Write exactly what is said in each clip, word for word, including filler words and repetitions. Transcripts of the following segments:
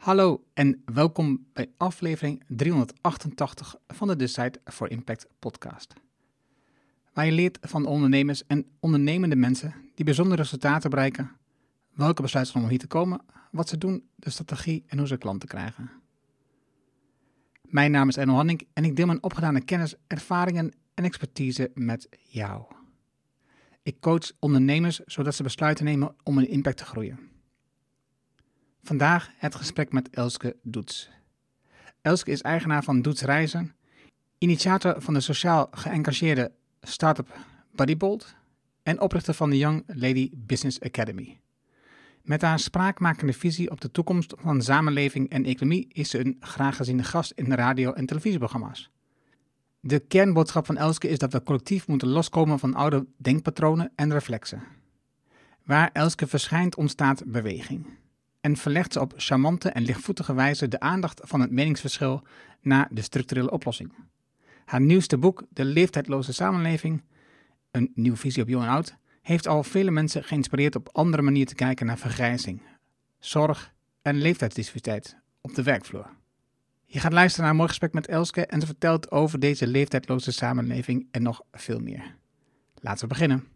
Hallo en welkom bij aflevering driehonderdachtentachtig van de Decide for Impact podcast. Waar je leert van ondernemers en ondernemende mensen die bijzondere resultaten bereiken, welke besluiten om hier te komen, wat ze doen, de strategie en hoe ze klanten krijgen. Mijn naam is Enno Hanning en ik deel mijn opgedane kennis, ervaringen en expertise met jou. Ik coach ondernemers zodat ze besluiten nemen om hun impact te groeien. Vandaag het gesprek met Elske Doets. Elske is eigenaar van Doets Reizen, initiator van de sociaal geëngageerde start-up Buddybolt en oprichter van de Young Lady Business Academy. Met haar spraakmakende visie op de toekomst van samenleving en economie is ze een graag geziene gast in de radio- en televisieprogramma's. De kernboodschap van Elske is dat we collectief moeten loskomen van oude denkpatronen en reflexen. Waar Elske verschijnt ontstaat beweging. En verlegt ze op charmante en lichtvoetige wijze de aandacht van het meningsverschil naar de structurele oplossing. Haar nieuwste boek, De Leeftijdloze Samenleving, een nieuwe visie op jong en oud, heeft al vele mensen geïnspireerd op andere manieren te kijken naar vergrijzing, zorg en leeftijdsdiversiteit op de werkvloer. Je gaat luisteren naar een mooi gesprek met Elske en ze vertelt over deze leeftijdloze samenleving en nog veel meer. Laten we beginnen.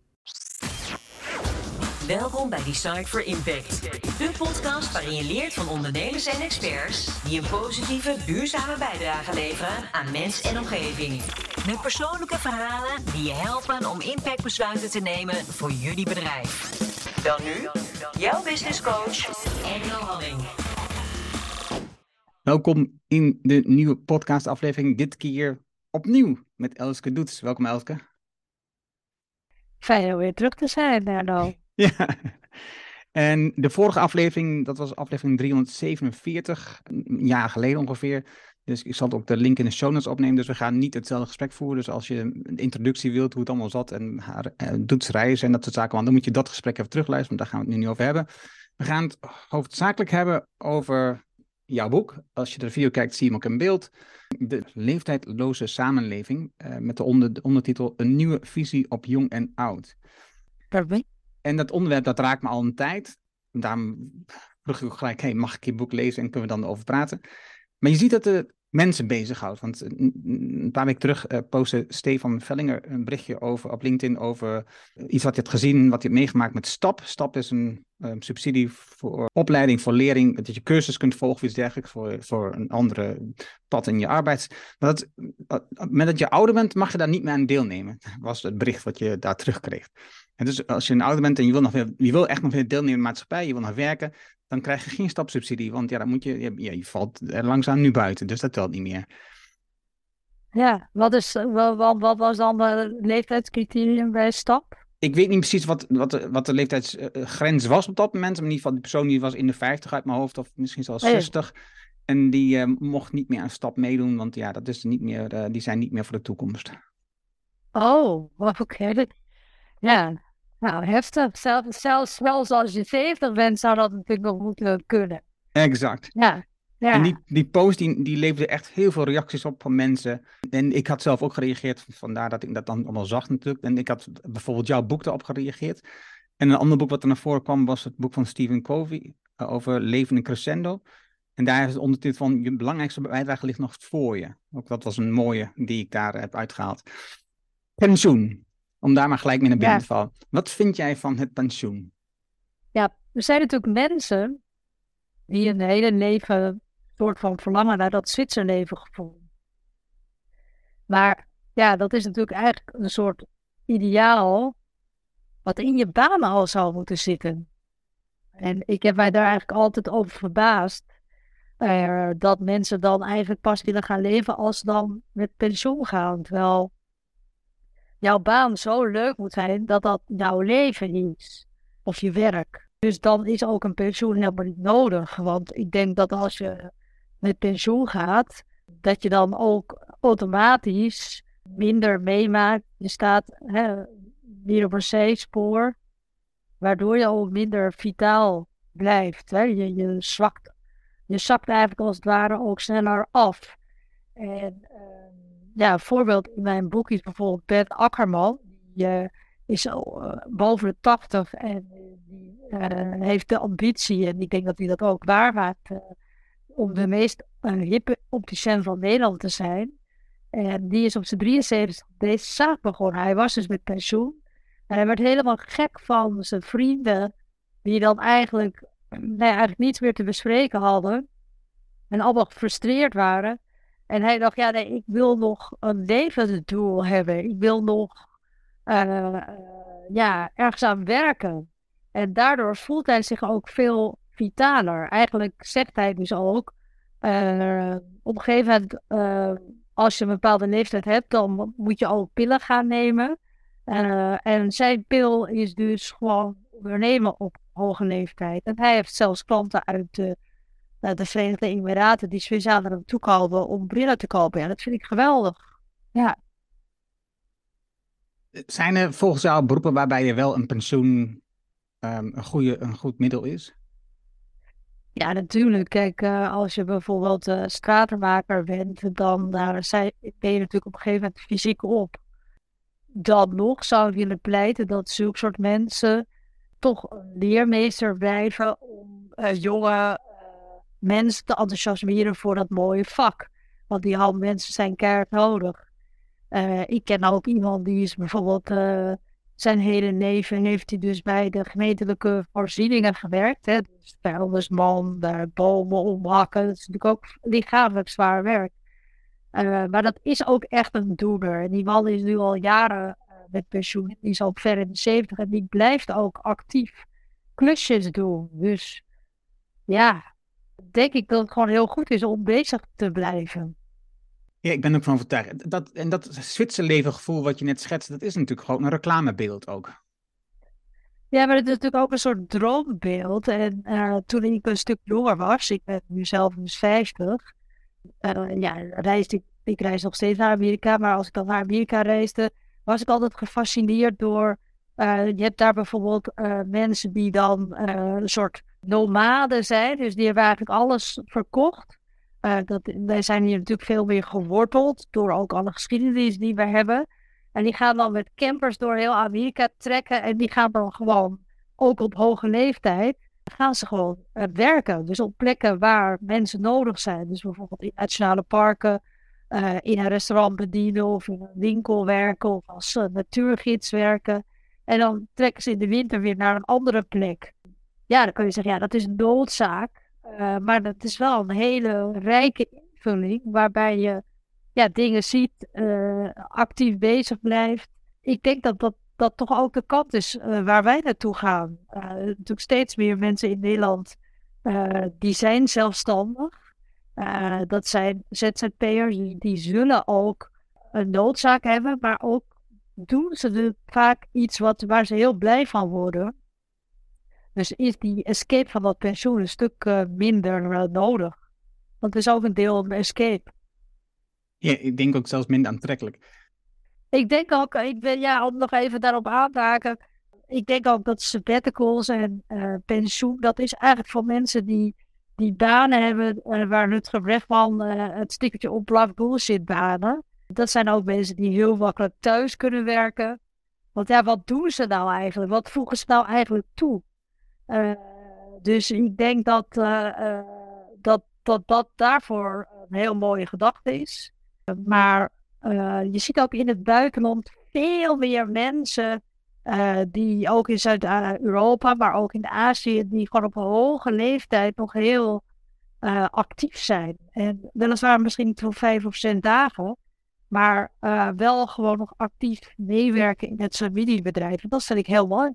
Welkom bij Decide for Impact, de podcast waarin je leert van ondernemers en experts die een positieve, duurzame bijdrage leveren aan mens en omgeving. Met persoonlijke verhalen die je helpen om impactbesluiten te nemen voor jullie bedrijf. Dan nu, jouw business coach, Enno Hanning. Welkom in de nieuwe podcastaflevering, dit keer opnieuw met Elske Doets. Welkom Elske. Fijn om weer terug te zijn, Erno. Ja, en de vorige aflevering, dat was aflevering driehonderdzevenenveertig, een jaar geleden ongeveer. Dus ik zal ook de link in de show notes opnemen, dus we gaan niet hetzelfde gesprek voeren. Dus als je een introductie wilt, hoe het allemaal zat en haar uh, Doets reizen en dat soort zaken, want dan moet je dat gesprek even terugluisteren, want daar gaan we het nu niet over hebben. We gaan het hoofdzakelijk hebben over jouw boek. Als je de video kijkt, zie je hem ook in beeld. De leeftijdloze samenleving, uh, met de, onder, de ondertitel Een nieuwe visie op jong en oud. Perfect. En dat onderwerp, dat raakt me al een tijd. Daarom vroeg ik ook gelijk, hey, mag ik je boek lezen en kunnen we dan over praten? Maar je ziet dat de mensen bezighoudt. Want een paar weken terug uh, postte Stefan Vellinger een berichtje over, op LinkedIn over iets wat hij had gezien, wat hij had meegemaakt met STAP. STAP is een um, subsidie voor opleiding, voor lering, dat je cursus kunt volgen of iets dergelijks, voor, voor een andere pad in je arbeids. Maar dat, op het moment dat je ouder bent, mag je daar niet meer aan deelnemen. Dat was het bericht wat je daar terugkreeg. En dus als je een ouder bent en je wil, nog weer, je wil echt nog weer deelnemen in de maatschappij, je wil nog werken, dan krijg je geen stapsubsidie. Want ja, dan moet je, ja, je valt er langzaam nu buiten, dus dat telt niet meer. Ja, wat, is, wat, wat was dan de leeftijdscriterium bij STAP? Ik weet niet precies wat, wat, de, wat de leeftijdsgrens was op dat moment. Maar in ieder geval, die persoon die was in de vijftig uit mijn hoofd, of misschien zelfs Nee. zestig. En die uh, mocht niet meer aan STAP meedoen, want ja, dat is niet meer, uh, die zijn niet meer voor de toekomst. Oh, oké. Okay. Ja, nou heftig. Zelfs, zelfs, zelfs als je zeventig bent, zou dat natuurlijk nog moeten kunnen. Exact. Ja. Ja. En die, die post die, die leverde echt heel veel reacties op van mensen. En ik had zelf ook gereageerd, vandaar dat ik dat dan allemaal zag natuurlijk. En ik had bijvoorbeeld jouw boek erop gereageerd. En een ander boek wat er naar voren kwam was het boek van Stephen Covey uh, over leven in crescendo. En daar is het ondertitel van je belangrijkste bijdrage ligt nog voor je. Ook dat was een mooie die ik daar heb uitgehaald. Pensioen, om daar maar gelijk mee naar binnen Ja. te vallen. Wat vind jij van het pensioen? Ja, er zijn natuurlijk mensen die een hele leven soort van verlangen naar dat Zwitserleven gevoel. Maar ja, dat is natuurlijk eigenlijk een soort ideaal wat in je banen al zou moeten zitten. En ik heb mij daar eigenlijk altijd over verbaasd uh, dat mensen dan eigenlijk pas willen gaan leven als ze dan met pensioen gaan. Terwijl jouw baan zo leuk moet zijn dat dat jouw leven is. Of je werk. Dus dan is ook een pensioen helemaal niet nodig. Want ik denk dat als je met pensioen gaat, dat je dan ook automatisch minder meemaakt. Je staat hè, meer op een C-spoor, waardoor je ook minder vitaal blijft. Hè. Je, je, zwakt, je zakt eigenlijk als het ware ook sneller af. En uh, ja, een voorbeeld in mijn boek is bijvoorbeeld Ben Akkerman. Die uh, is uh, boven de tachtig en die uh, heeft de ambitie, en ik denk dat hij dat ook waarmaakt, uh, om de meest uh, hippe opticien van Nederland te zijn. En die is op zijn drieënzeventig deze zaak begonnen. Hij was dus met pensioen. En hij werd helemaal gek van zijn vrienden, die dan eigenlijk, nee, eigenlijk niets meer te bespreken hadden. En allemaal gefrustreerd waren. En hij dacht, ja nee, ik wil nog een levensdoel hebben. Ik wil nog uh, uh, ja, ergens aan werken. En daardoor voelt hij zich ook veel vitaler. Eigenlijk zegt hij dus ook, uh, op een gegeven moment, uh, als je een bepaalde leeftijd hebt, dan moet je ook pillen gaan nemen. Uh, en zijn pil is dus gewoon ondernemen op hoge leeftijd. En hij heeft zelfs klanten uit de, uh, de Verenigde Emiraten die speciaal naar hem toe komen om brillen te kopen. Ja, dat vind ik geweldig. Ja. Zijn er volgens jou beroepen waarbij je wel een pensioen um, een, goede, een goed middel is? Ja, natuurlijk. Kijk, uh, als je bijvoorbeeld uh, stratenmaker bent, dan uh, zijn, ben je natuurlijk op een gegeven moment fysiek op. Dan nog zou ik willen pleiten dat zulke soort mensen toch een leermeester blijven om uh, jonge uh, mensen te enthousiasmeren voor dat mooie vak. Want die oude mensen zijn keihard nodig. Uh, ik ken ook iemand die is bijvoorbeeld uh, zijn hele leven heeft hij dus bij de gemeentelijke voorzieningen gewerkt. Hè? Dus vuilnisman, daar bomen omhakken. Dat is natuurlijk ook lichamelijk zwaar werk. Uh, maar dat is ook echt een doener. En die man is nu al jaren uh, met pensioen. Die is al ver in de zeventig en die blijft ook actief klusjes doen. Dus ja, denk ik dat het gewoon heel goed is om bezig te blijven. Ja, ik ben ook van overtuigd. Dat, en dat Zwitserleven gevoel wat je net schetst, dat is natuurlijk gewoon een reclamebeeld ook. Ja, maar het is natuurlijk ook een soort droombeeld. En uh, toen ik een stuk jonger was, ik ben nu zelf dus vijftig, uh, ja, reisde ik, ik reis nog steeds naar Amerika, maar als ik dan naar Amerika reisde, was ik altijd gefascineerd door, uh, je hebt daar bijvoorbeeld uh, mensen die dan uh, een soort nomaden zijn, dus die hebben eigenlijk alles verkocht. Uh, dat, wij zijn hier natuurlijk veel meer geworteld door ook alle geschiedenis die we hebben. En die gaan dan met campers door heel Amerika trekken. En die gaan dan gewoon, ook op hoge leeftijd, gaan ze gewoon uh, werken. Dus op plekken waar mensen nodig zijn. Dus bijvoorbeeld in nationale parken, uh, in een restaurant bedienen of in een winkel werken of als uh, natuurgids werken. En dan trekken ze in de winter weer naar een andere plek. Ja, dan kun je zeggen, ja, dat is een noodzaak. Uh, maar dat is wel een hele rijke invulling waarbij je ja, dingen ziet, uh, actief bezig blijft. Ik denk dat dat, dat toch ook de kant is uh, waar wij naartoe gaan. Uh, natuurlijk steeds meer mensen in Nederland uh, die zijn zelfstandig. Uh, dat zijn Z Z P'ers, die, die zullen ook een noodzaak hebben, maar ook doen ze vaak iets wat, waar ze heel blij van worden. Dus is die escape van dat pensioen een stuk uh, minder uh, nodig. Want het is ook een deel van de escape. Ja, ik denk ook zelfs minder aantrekkelijk. Ik denk ook, ik ben, ja, om nog even daarop aan te haken. Ik denk ook dat sabbaticals en uh, pensioen, dat is eigenlijk voor mensen die, die banen hebben uh, waar Rutger Bregman uh, het stickertje op plakt, bullshit banen. Dat zijn ook mensen die heel makkelijk thuis kunnen werken. Want ja, wat doen ze nou eigenlijk? Wat voegen ze nou eigenlijk toe? Uh, dus ik denk dat, uh, uh, dat, dat dat daarvoor een heel mooie gedachte is. Maar uh, je ziet ook in het buitenland veel meer mensen uh, die ook in Zuid-Europa, maar ook in Azië, die gewoon op een hoge leeftijd nog heel uh, actief zijn. En weliswaar misschien niet voor vijf of zes dagen, maar uh, wel gewoon nog actief meewerken in het familiebedrijf. En dat vind ik heel mooi.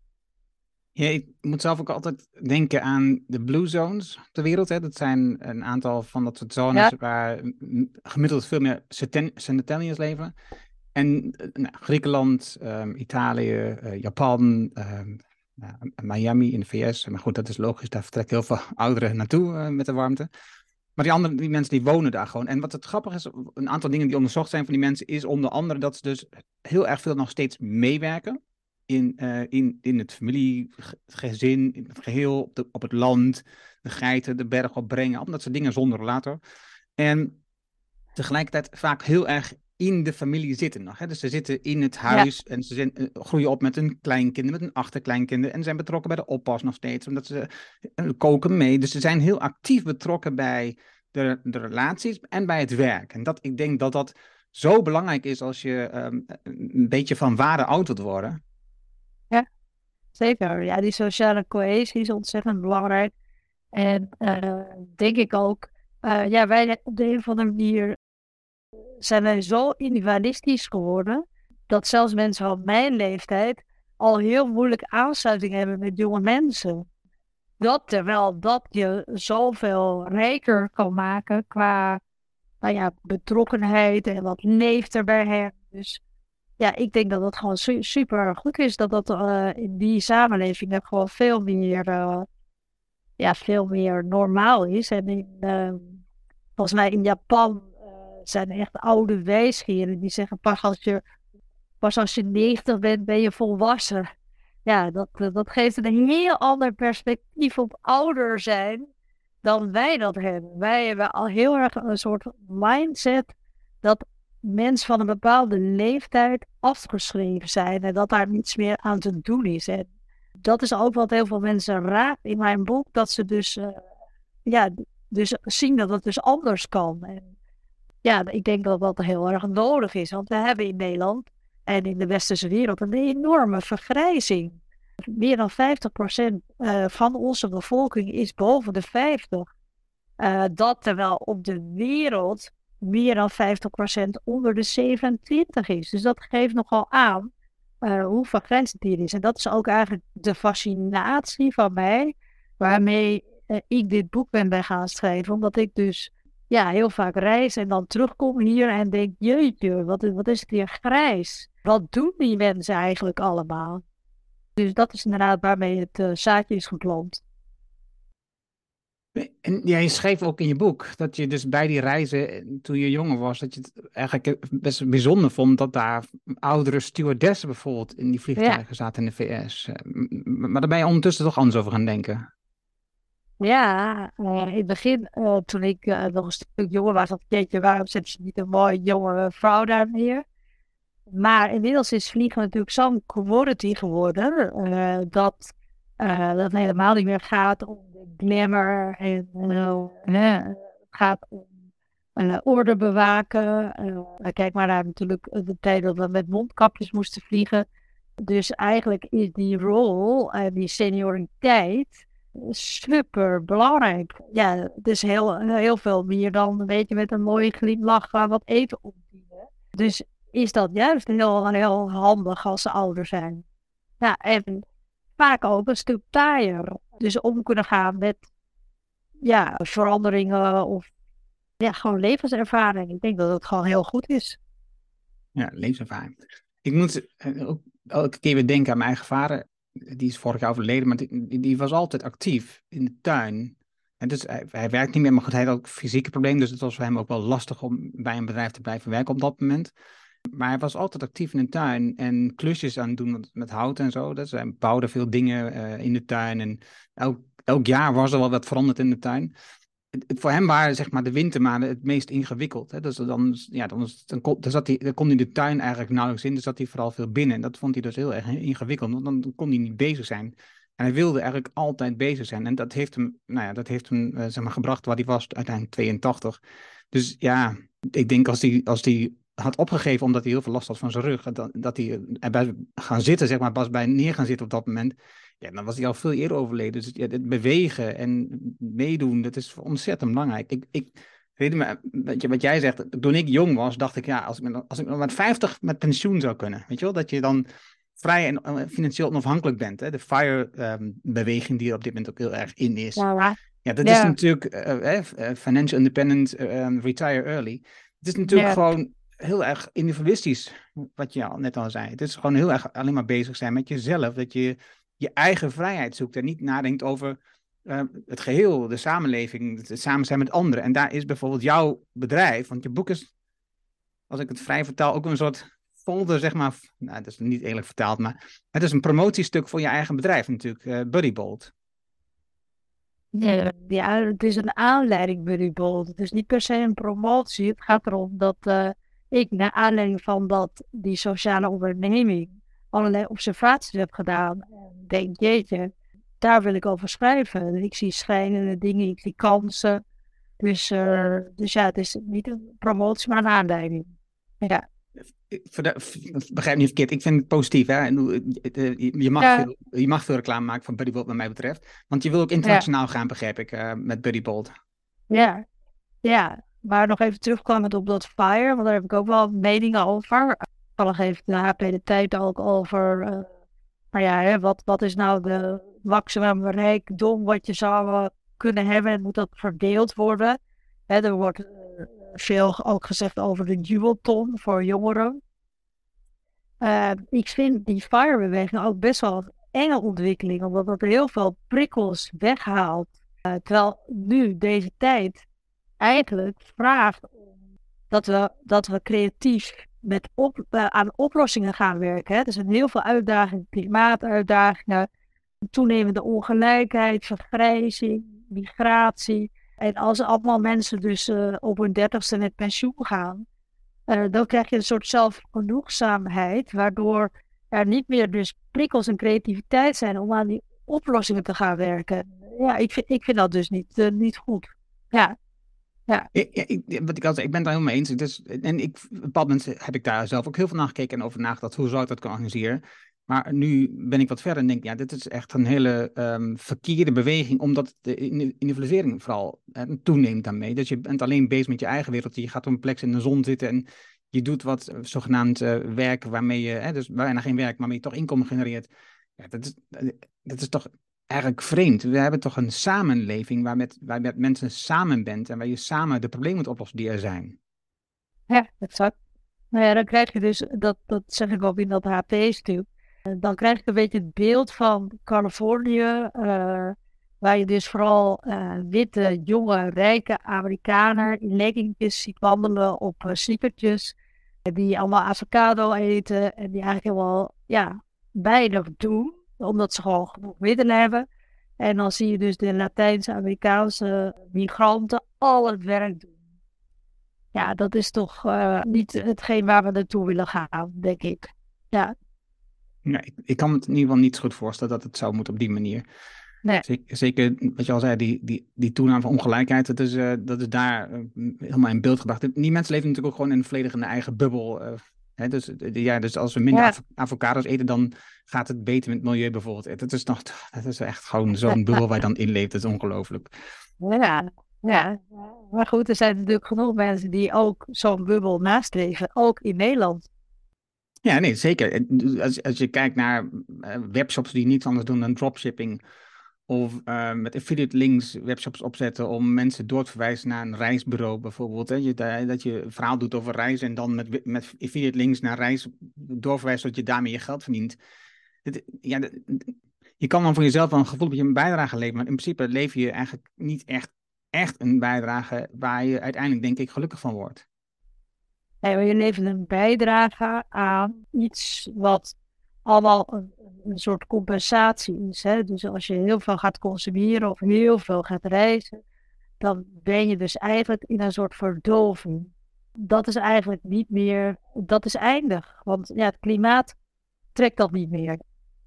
Ja, ik moet zelf ook altijd denken aan de blue zones op de wereld. Hè. Dat zijn een aantal van dat soort zones ja. waar gemiddeld veel meer Sentinels leven. En nou, Griekenland, um, Italië, uh, Japan, um, uh, Miami in de V S. Maar goed, dat is logisch. Daar vertrekken heel veel ouderen naartoe uh, met de warmte. Maar die andere die mensen die wonen daar gewoon. En wat het grappig is, een aantal dingen die onderzocht zijn van die mensen, is onder andere dat ze dus heel erg veel nog steeds meewerken. In, uh, in, in het familiegezin, in het geheel, op, de, op het land, de geiten, de berg opbrengen, al dat soort dingen zonder rollator. En tegelijkertijd vaak heel erg in de familie zitten nog. Hè? Dus ze zitten in het huis Ja. en ze zijn, uh, groeien op met hun kleinkinderen, met hun achterkleinkinderen. En zijn betrokken bij de oppas nog steeds, omdat ze uh, koken mee. Dus ze zijn heel actief betrokken bij de, de relaties en bij het werk. En dat, ik denk dat dat zo belangrijk is als je um, een beetje van waarde oud wilt worden. Ja, zeker. Ja, die sociale cohesie is ontzettend belangrijk. En uh, denk ik ook, uh, ja, wij op de een of andere manier zijn wij zo individualistisch geworden, dat zelfs mensen van mijn leeftijd al heel moeilijk aansluiting hebben met jonge mensen. Dat terwijl dat je zoveel rijker kan maken qua nou ja, betrokkenheid en wat leeft er bij hen. Dus ja, ik denk dat dat gewoon su- super goed is, dat dat uh, in die samenleving dat gewoon veel meer, uh, ja, veel meer normaal is. En in, uh, volgens mij in Japan uh, zijn er echt oude wijsgeren die zeggen pas als je, pas als je negentig bent ben je volwassen. Ja, dat, uh, dat geeft een heel ander perspectief op ouder zijn dan wij dat hebben. Wij hebben al heel erg een soort mindset dat mensen van een bepaalde leeftijd afgeschreven zijn en dat daar niets meer aan te doen is. En dat is ook wat heel veel mensen raakt in mijn boek, dat ze dus, uh, ja, dus zien dat het dus anders kan. En ja, ik denk dat dat heel erg nodig is, want we hebben in Nederland en in de westerse wereld een enorme vergrijzing. Meer dan vijftig procent uh, van onze bevolking is boven de vijftig. Uh, dat terwijl op de wereld meer dan vijftig procent onder de zevenentwintig is. Dus dat geeft nogal aan uh, hoe vergrensd die is. En dat is ook eigenlijk de fascinatie van mij, waarmee uh, ik dit boek ben bij gaan schrijven. Omdat ik dus ja, heel vaak reis en dan terugkom hier en denk, jeetje, wat, wat is het hier grijs? Wat doen die mensen eigenlijk allemaal? Dus dat is inderdaad waarmee het uh, zaadje is geplant. En ja, je schreef ook in je boek dat je dus bij die reizen, toen je jonger was, dat je het eigenlijk best bijzonder vond dat daar oudere stewardessen bijvoorbeeld in die vliegtuigen ja. zaten in de V S. Maar daar ben je ondertussen toch anders over gaan denken? Ja, uh, in het begin, uh, toen ik uh, nog een stuk jonger was, dacht ik, jeetje, waarom zetten ze niet een mooie jonge vrouw daar neer? Maar inmiddels is vliegen natuurlijk zo'n commodity geworden, uh, dat uh, dat helemaal niet meer gaat om de glamour en uh, uh, het gaat om uh, orde bewaken. Uh, kijk maar naar natuurlijk de tijd dat we met mondkapjes moesten vliegen. Dus eigenlijk is die rol en uh, die senioriteit super belangrijk. Ja, het is heel, heel veel meer dan een beetje met een mooie glimlach gaan wat eten opdienen. Dus is dat juist heel, heel handig als ze ouder zijn. Ja, en vaak ook een stuk taaier. Dus om kunnen gaan met ja, veranderingen of ja, gewoon levenservaring. Ik denk dat het gewoon heel goed is. Ja, levenservaring. Ik moet ook elke keer weer denken aan mijn eigen vader. Die is vorig jaar overleden, maar die, die was altijd actief in de tuin. En dus hij, hij werkt niet meer, maar goed, hij had ook fysieke problemen. Dus het was voor hem ook wel lastig om bij een bedrijf te blijven werken op dat moment. Maar hij was altijd actief in de tuin en klusjes aan het doen met, met hout en zo. Dus hij bouwde veel dingen uh, in de tuin. En elk, elk jaar was er wel wat veranderd in de tuin. Het, het, voor hem waren zeg maar de wintermaanden het meest ingewikkeld. Hè? Dus dan, ja, dan, dan, dan, dan, zat hij, dan kon hij de tuin eigenlijk nauwelijks in. Dus zat hij vooral veel binnen. En dat vond hij dus heel erg ingewikkeld. Want dan kon hij niet bezig zijn. En hij wilde eigenlijk altijd bezig zijn. En dat heeft hem, nou ja, dat heeft hem uh, zeg maar, gebracht waar hij was, uiteindelijk tweeëntachtig. Dus ja, ik denk als hij... Als die had opgegeven omdat hij heel veel last had van zijn rug. Dat, dat hij erbij gaan zitten, zeg maar, pas bij neer gaan zitten op dat moment. Ja, dan was hij al veel eerder overleden. Dus ja, het bewegen en meedoen, dat is ontzettend belangrijk. Ik, ik weet me, weet je, wat jij zegt, toen ik jong was, dacht ik, ja, als ik, als ik met vijftig met pensioen zou kunnen, weet je wel, dat je dan vrij en uh, financieel onafhankelijk bent. Hè? De FIRE-beweging um, die er op dit moment ook heel erg in is. Ja, ja dat ja. is natuurlijk uh, uh, financial independent, uh, um, retire early. Het is natuurlijk ja. gewoon heel erg individualistisch, wat je al net al zei. Het is gewoon heel erg alleen maar bezig zijn met jezelf. Dat je je eigen vrijheid zoekt en niet nadenkt over uh, het geheel, de samenleving, het samen zijn met anderen. En daar is bijvoorbeeld jouw bedrijf, want je boek is, als ik het vrij vertaal, ook een soort folder, zeg maar. Nou, dat is niet eerlijk vertaald, maar het is een promotiestuk voor je eigen bedrijf natuurlijk, uh, Buddybold. Ja, ja, het is een aanleiding, Buddybold. Het is niet per se een promotie. Het gaat erom dat uh, ik naar aanleiding van dat die sociale onderneming allerlei observaties heb gedaan. En denk, jeetje, daar wil ik over schrijven. Ik zie schijnende dingen, ik zie kansen. Dus, uh, dus ja, het is niet een promotie, maar een aanleiding. Ja. Begrijp niet verkeerd, ik vind het positief. Hè? Je, mag ja. veel, je mag veel reclame maken van Buddy Bolt wat mij betreft. Want je wil ook internationaal ja. gaan, begrijp ik, uh, met Buddy Bolt. Ja, ja. Maar nog even terugkomen op dat FIRE, want daar heb ik ook wel meningen over. Toevallig heeft de H P de tijd ook over, uh, nou ja, hè, wat, wat is nou de maximum rijkdom wat je zou kunnen hebben en moet dat verdeeld worden. Hè, er wordt uh, veel ook gezegd over de jubelton voor jongeren. Uh, ik vind die FIRE-beweging ook best wel een enge ontwikkeling, omdat het heel veel prikkels weghaalt. Uh, terwijl nu, deze tijd, eigenlijk vraagt dat we, dat we creatief met op, uh, aan oplossingen gaan werken. Hè. Er zijn heel veel uitdagingen, klimaatuitdagingen, toenemende ongelijkheid, vergrijzing, migratie. En als allemaal mensen dus uh, op hun dertigste met pensioen gaan, uh, dan krijg je een soort zelfgenoegzaamheid, waardoor er niet meer dus prikkels en creativiteit zijn om aan die oplossingen te gaan werken. Ja, ik vind, ik vind dat dus niet, uh, niet goed. Ja. Ja. Ja, ja, ik, wat ik al zei, ik ben het daar helemaal mee eens. Dus, en ik, op een bepaald moment heb ik daar zelf ook heel veel naar gekeken en over nagedacht, hoe zou ik dat kunnen organiseren. Maar nu ben ik wat verder en denk, ja, dit is echt een hele um, verkeerde beweging, omdat de individualisering vooral uh, toeneemt daarmee. Dus je bent alleen bezig met je eigen wereld, je gaat op een plek in de zon zitten en je doet wat uh, zogenaamd uh, werk waarmee je, uh, dus bijna geen werk, waarmee je toch inkomen genereert. Ja, dat is, uh, dat is toch eigenlijk vreemd. We hebben toch een samenleving waar met, waar met mensen samen bent en waar je samen de problemen moet oplossen die er zijn. Ja, exact. Nou ja, dan krijg je dus, dat, dat zeg ik ook in dat H P-stuk, dan krijg je een beetje het beeld van Californië, uh, waar je dus vooral uh, witte, jonge, rijke Amerikanen in leggingjes ziet wandelen op uh, sneakertjes, die allemaal avocado eten en die eigenlijk helemaal, ja, weinig doen, omdat ze gewoon genoeg middelen hebben. En dan zie je dus de Latijns-Amerikaanse migranten al het werk doen. Ja, dat is toch uh, niet hetgeen waar we naartoe willen gaan, denk ik. Ja. Ja, ik, ik kan me het in ieder geval niet zo goed voorstellen dat het zou moeten op die manier. Nee. Zeker, zeker wat je al zei, die, die, die toename van ongelijkheid, dat is, uh, dat is daar uh, helemaal in beeld gebracht. Die mensen leven natuurlijk ook gewoon in volledig in de eigen bubbel. Uh, hè, dus, uh, ja, dus als we minder ja. av- avocados eten, dan gaat het beter met het milieu bijvoorbeeld. Dat is, nog, dat is echt gewoon zo'n bubbel waar je dan in leeft. Dat is ongelooflijk. Ja, ja. Maar goed, er zijn natuurlijk genoeg mensen die ook zo'n bubbel nastreven, ook in Nederland. Ja, nee, zeker. Als, als je kijkt naar uh, webshops die niets anders doen dan dropshipping, of uh, met affiliate links webshops opzetten om mensen door te verwijzen naar een reisbureau bijvoorbeeld. Hè? Je, dat je een verhaal doet over reizen en dan met, met affiliate links naar reis doorverwijst zodat je daarmee je geld verdient. Het, ja, je kan dan voor jezelf wel een gevoel dat je een bijdrage levert, maar in principe lever je eigenlijk niet echt, echt een bijdrage waar je uiteindelijk denk ik gelukkig van wordt. Nee, maar je levert een bijdrage aan iets wat allemaal een, een soort compensatie is. Hè? Dus als je heel veel gaat consumeren of heel veel gaat reizen, dan ben je dus eigenlijk in een soort verdoving. Dat is eigenlijk niet meer, dat is eindig. Want ja, het klimaat trekt dat niet meer.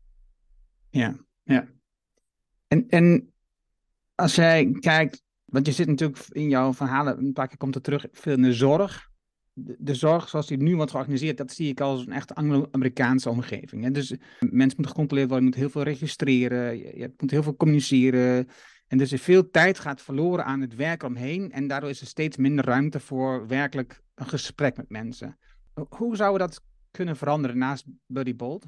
Ja, ja. En, en als jij kijkt, want je zit natuurlijk in jouw verhalen, een paar keer komt er terug, veel in de zorg. De, de zorg zoals die nu wordt georganiseerd, dat zie ik als een echt Anglo-Amerikaanse omgeving. Hè? Dus mensen moeten gecontroleerd worden, je moet heel veel registreren, je, je moet heel veel communiceren. En dus er veel tijd gaat verloren aan het werk omheen en daardoor is er steeds minder ruimte voor werkelijk een gesprek met mensen. Hoe zouden we dat kunnen veranderen naast Buddy Bolt?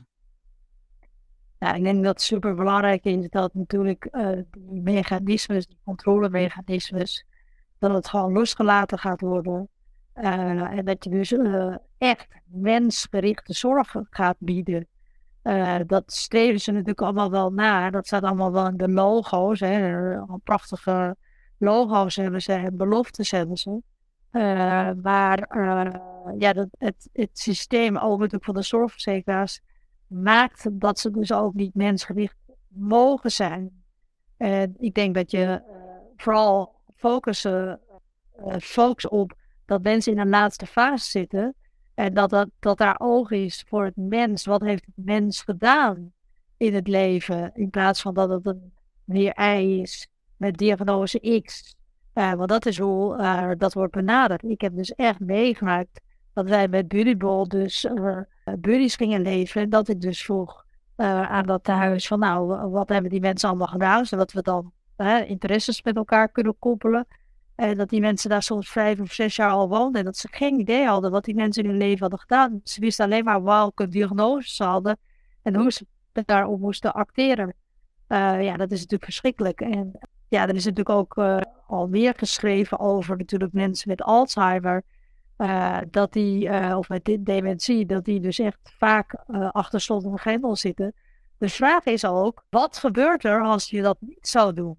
Nou, ik denk dat het super belangrijk is dat natuurlijk uh, die mechanismes, die controlemechanismes, dat het gewoon losgelaten gaat worden. Uh, en dat je dus uh, echt mensgerichte zorg gaat bieden. Uh, dat streven ze natuurlijk allemaal wel na. Dat staat allemaal wel in de logo's. Hè. Al prachtige logo's hebben ze en beloftes hebben ze. Uh, maar uh, ja, dat, het, het systeem ook natuurlijk van de zorgverzekeraars maakt dat ze dus ook niet mensgericht mogen zijn. En ik denk dat je uh, vooral focussen, uh, focus op dat mensen in een laatste fase zitten, En dat, dat, dat daar oog is voor het mens. Wat heeft het mens gedaan in het leven? In plaats van dat het een meneer Y is met diagnose X. Uh, want dat is hoe uh, dat wordt benaderd. Ik heb dus echt meegemaakt dat wij met Buddyball dus uh, buddies gingen leven. En dat ik dus vroeg uh, aan dat tehuis van nou, wat hebben die mensen allemaal gedaan? Zodat we dan uh, interesses met elkaar kunnen koppelen. En dat die mensen daar soms vijf of zes jaar al woonden. En dat ze geen idee hadden wat die mensen in hun leven hadden gedaan. Ze wisten alleen maar welke diagnoses ze hadden. En hoe ze daarop moesten acteren. Uh, ja, dat is natuurlijk verschrikkelijk. En ja, er is natuurlijk ook uh, al meer geschreven over natuurlijk mensen met Alzheimer. Uh, dat die, uh, of met dementie, dat die dus echt vaak uh, achter slot en grendel zitten. De vraag is ook, wat gebeurt er als je dat niet zou doen?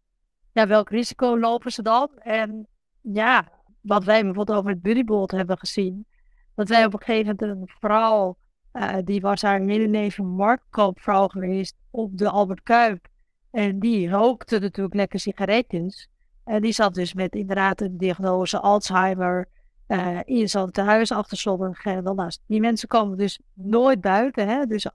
Ja, welk risico lopen ze dan? En ja, wat wij bijvoorbeeld over het Buddyball hebben gezien, dat wij op een gegeven moment een vrouw, uh, die was haar hele leven marktkoopvrouw geweest op de Albert Kuip. En die rookte natuurlijk lekker sigaretjes. En die zat dus met inderdaad een diagnose Alzheimer uh, in zo'n tehuis achter slot en grendel. Nou, die mensen komen dus nooit buiten. Hè? Dus uh,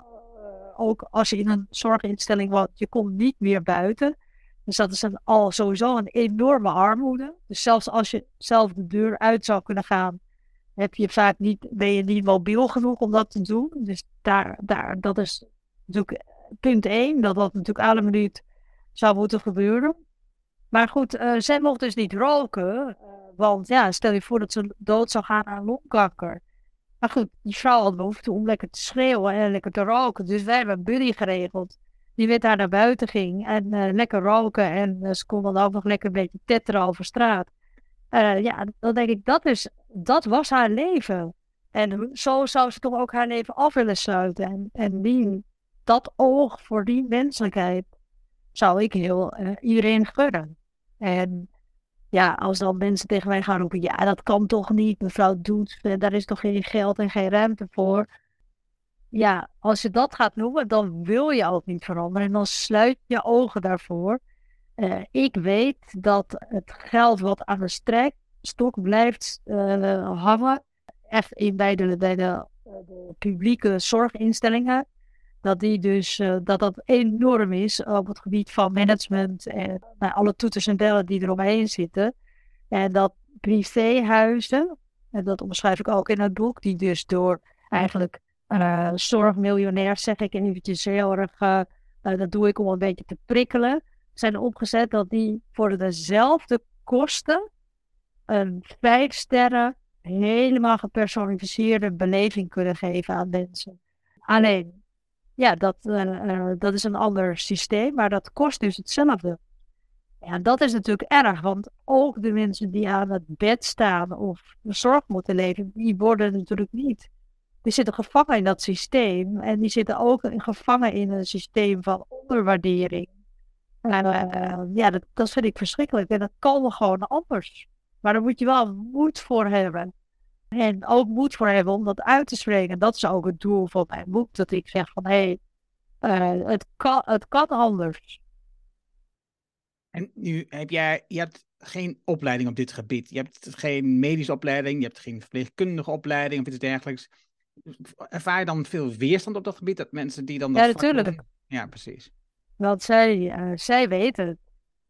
ook als je in een zorginstelling woont, je komt niet meer buiten. Dus dat is een, al sowieso een enorme armoede. Dus zelfs als je zelf de deur uit zou kunnen gaan, heb je vaak niet, ben je niet mobiel genoeg om dat te doen. Dus daar, daar, dat is natuurlijk punt één, dat dat natuurlijk alle minuut zou moeten gebeuren. Maar goed, uh, zij mocht dus niet roken. Uh, want ja, stel je voor dat ze dood zou gaan aan longkanker. Maar goed, die vrouw had behoefte om lekker te schreeuwen en lekker te roken. Dus wij hebben een buddy geregeld. Die met haar naar buiten ging en uh, lekker roken. En uh, ze kon dan ook nog lekker een beetje tetteren over straat. Uh, ja, dan denk ik, dat, is, dat was haar leven. En zo zou ze toch ook haar leven af willen sluiten. En, en die, dat oog voor die menselijkheid zou ik heel uh, iedereen gunnen. En ja, als dan mensen tegen mij gaan roepen, ja, dat kan toch niet, mevrouw Doet, daar is toch geen geld en geen ruimte voor. Ja, als je dat gaat noemen, dan wil je ook niet veranderen. En dan sluit je ogen daarvoor. Uh, ik weet dat het geld wat aan de strijkstok blijft uh, hangen, echt in bij de, bij de, de publieke zorginstellingen, dat die dus uh, dat dat enorm is op het gebied van management en nou, alle toeters en bellen die eromheen zitten. En dat privéhuizen, en dat omschrijf ik ook in het boek, die dus door eigenlijk uh, zorgmiljonairs, zeg ik eventjes heel erg, uh, uh, dat doe ik om een beetje te prikkelen, zijn opgezet dat die voor dezelfde kosten een vijf sterren helemaal gepersonaliseerde beleving kunnen geven aan mensen. Alleen, ja, dat, uh, uh, dat is een ander systeem, maar dat kost dus hetzelfde. Ja, dat is natuurlijk erg, want ook de mensen die aan het bed staan of zorg moeten leven, die worden natuurlijk niet. Die zitten gevangen in dat systeem en die zitten ook gevangen in een systeem van onderwaardering. Uh, uh, ja, dat, dat vind ik verschrikkelijk en dat kan gewoon anders. Maar daar moet je wel moed voor hebben. En ook moed voor hebben om dat uit te spreken. Dat is ook het doel van mijn boek. Dat ik zeg van, hé, hey, uh, het, kan, het kan anders. En nu heb jij, je hebt geen opleiding op dit gebied. Je hebt geen medische opleiding, je hebt geen verpleegkundige opleiding of iets dergelijks. Ervaar je dan veel weerstand op dat gebied? Dat mensen die dan... Dat ja, natuurlijk. Vak... Ja, precies. Want zij, uh, zij weten het.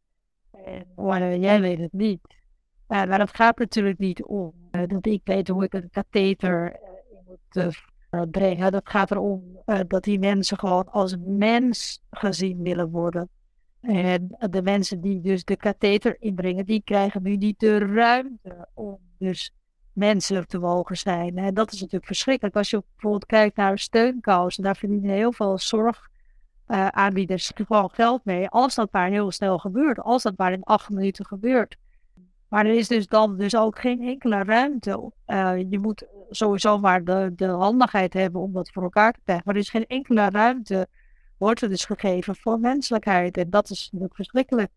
Maar uh, jij weet het niet. Uh, maar dat gaat natuurlijk niet om. Uh, dat ik weet hoe ik een katheter uh, in moet uh, brengen. Dat gaat erom uh, dat die mensen gewoon als mens gezien willen worden. En uh, de mensen die dus de katheter inbrengen, die krijgen nu niet de ruimte om dus menselijk te mogen zijn. En dat is natuurlijk verschrikkelijk. Als je bijvoorbeeld kijkt naar steunkousen, daar verdienen heel veel zorg. Uh, aanbieders gewoon geld mee, als dat maar heel snel gebeurt, als dat maar in acht minuten gebeurt. Maar er is dus dan dus ook geen enkele ruimte. Uh, je moet sowieso maar de, de handigheid hebben om dat voor elkaar te krijgen. Maar er is geen enkele ruimte, wordt er dus gegeven voor menselijkheid. En dat is natuurlijk verschrikkelijk.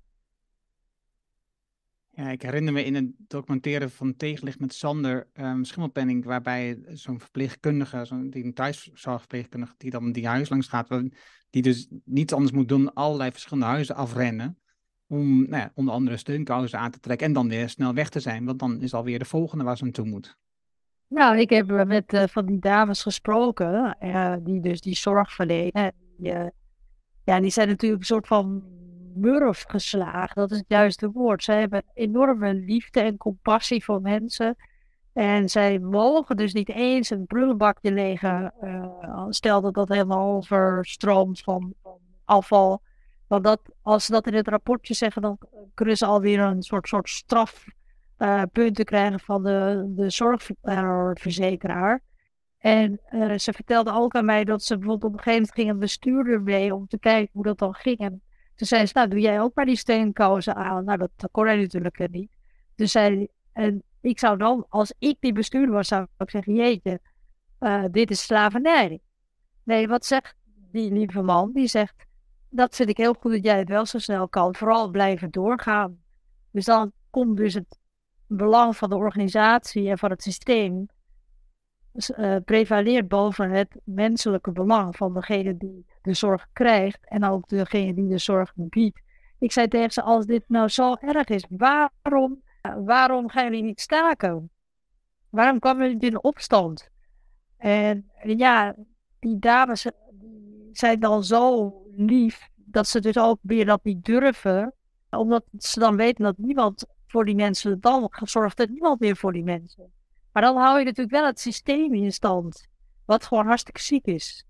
Ja, ik herinner me in een documentaire van Tegenlicht met Sander um, Schimmelpenninck, waarbij zo'n verpleegkundige, zo'n, die een thuiszorgverpleegkundige, die dan die huis langs gaat, die dus niets anders moet doen, allerlei verschillende huizen afrennen, om nou ja, onder andere steunkousen aan te trekken en dan weer snel weg te zijn, want dan is alweer de volgende waar ze naartoe moet. Nou, ik heb eh, met uh, van die dames gesproken, uh, die dus die zorg verlenen. Die, uh, ja, die zijn natuurlijk een soort van murf geslagen. Dat is het juiste woord. Zij hebben enorme liefde en compassie voor mensen. En zij mogen dus niet eens een prullenbakje legen. Uh, stel dat dat helemaal overstroomt van, van afval. Want dat, als ze dat in het rapportje zeggen, dan kunnen ze alweer een soort, soort strafpunten uh, krijgen van de, de zorgverzekeraar. En uh, ze vertelde ook aan mij dat ze bijvoorbeeld op een gegeven moment ging een bestuurder mee om te kijken hoe dat dan ging. En toen zei ze, nou doe jij ook maar die steenkozen aan. Nou, dat, dat kon hij natuurlijk niet. Dus zei en ik zou dan, als ik die bestuurder was, zou ik zeggen, jeetje, uh, dit is slavernij. Nee, wat zegt die lieve man? Die zegt, dat vind ik heel goed dat jij het wel zo snel kan. Vooral blijven doorgaan. Dus dan komt dus het belang van de organisatie en van het systeem uh, prevaleert boven het menselijke belang van degene die de zorg krijgt en ook degene die de zorg biedt. Ik zei tegen ze, als dit nou zo erg is, waarom, uh, waarom gaan jullie niet staken? Waarom kwamen jullie in opstand? En ja, die dames zijn dan zo lief dat ze dus ook weer dat niet durven, omdat ze dan weten dat niemand voor die mensen, dan zorgt er niemand meer voor die mensen. Maar dan hou je natuurlijk wel het systeem in stand, wat gewoon hartstikke ziek is.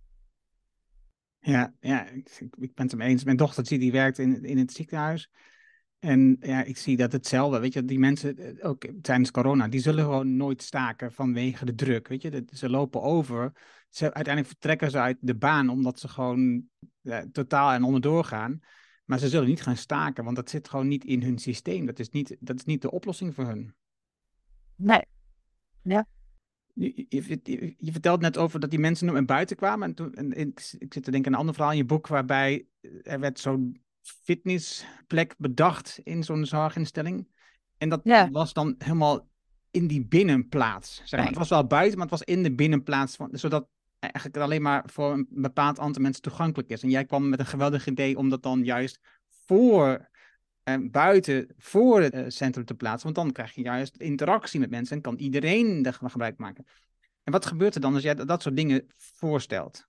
Ja, ja ik, ik ben het ermee eens. Mijn dochter die werkt in, in het ziekenhuis. En ja, ik zie dat hetzelfde. Weet je, die mensen, ook tijdens corona, die zullen gewoon nooit staken vanwege de druk. Weet je, ze lopen over. Ze, uiteindelijk vertrekken ze uit de baan omdat ze gewoon ja, totaal en onderdoor gaan. Maar ze zullen niet gaan staken, want dat zit gewoon niet in hun systeem. Dat is niet, dat is niet de oplossing voor hun. Nee. Ja. Je, je, je, je vertelt net over dat die mensen naar buiten kwamen. En toen, en, en, ik, ik zit te denken aan een ander verhaal in je boek, waarbij er werd zo'n fitnessplek bedacht in zo'n zorginstelling. En dat ja. was dan helemaal in die binnenplaats. Zeg maar. Het was wel buiten, maar het was in de binnenplaats. Van, zodat eigenlijk alleen maar voor een bepaald aantal mensen toegankelijk is. En jij kwam met een geweldig idee om dat dan juist voor... En buiten voor het uh, centrum te plaatsen, want dan krijg je juist interactie met mensen en kan iedereen er gebruik maken. En wat gebeurt er dan als jij dat, dat soort dingen voorstelt?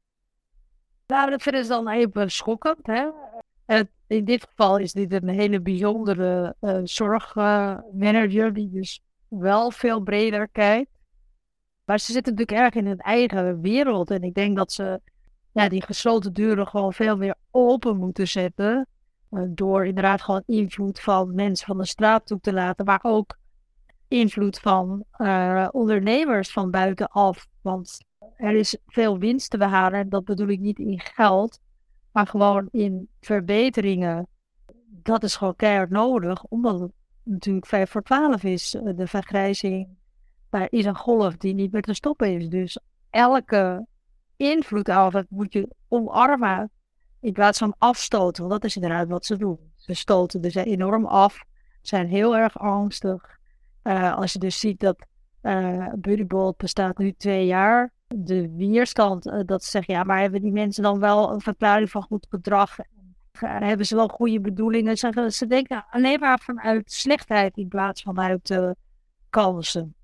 Nou, dat vinden ze dan even schokkend. Hè? Het, in dit geval is dit een hele bijzondere uh, zorgmanager uh, die dus wel veel breder kijkt. Maar ze zitten natuurlijk erg in hun eigen wereld en ik denk dat ze ja, die gesloten deuren gewoon veel meer open moeten zetten. Door inderdaad gewoon invloed van mensen van de straat toe te laten, maar ook invloed van uh, ondernemers van buitenaf. Want er is veel winst te behalen en dat bedoel ik niet in geld, maar gewoon in verbeteringen. Dat is gewoon keihard nodig, omdat het natuurlijk vijf voor twaalf is. De vergrijzing daar is een golf die niet meer te stoppen is. Dus elke invloed af, dat moet je omarmen. In plaats van afstoten, want dat is inderdaad wat ze doen. Ze stoten dus enorm af, zijn heel erg angstig. Uh, als je dus ziet dat uh, Buddybolt bestaat nu twee jaar. De weerstand, uh, dat ze zeggen, ja, maar hebben die mensen dan wel een verklaring van goed gedrag? Uh, hebben ze wel goede bedoelingen? Ze, ze denken alleen maar vanuit slechtheid in plaats van uit uh, kansen.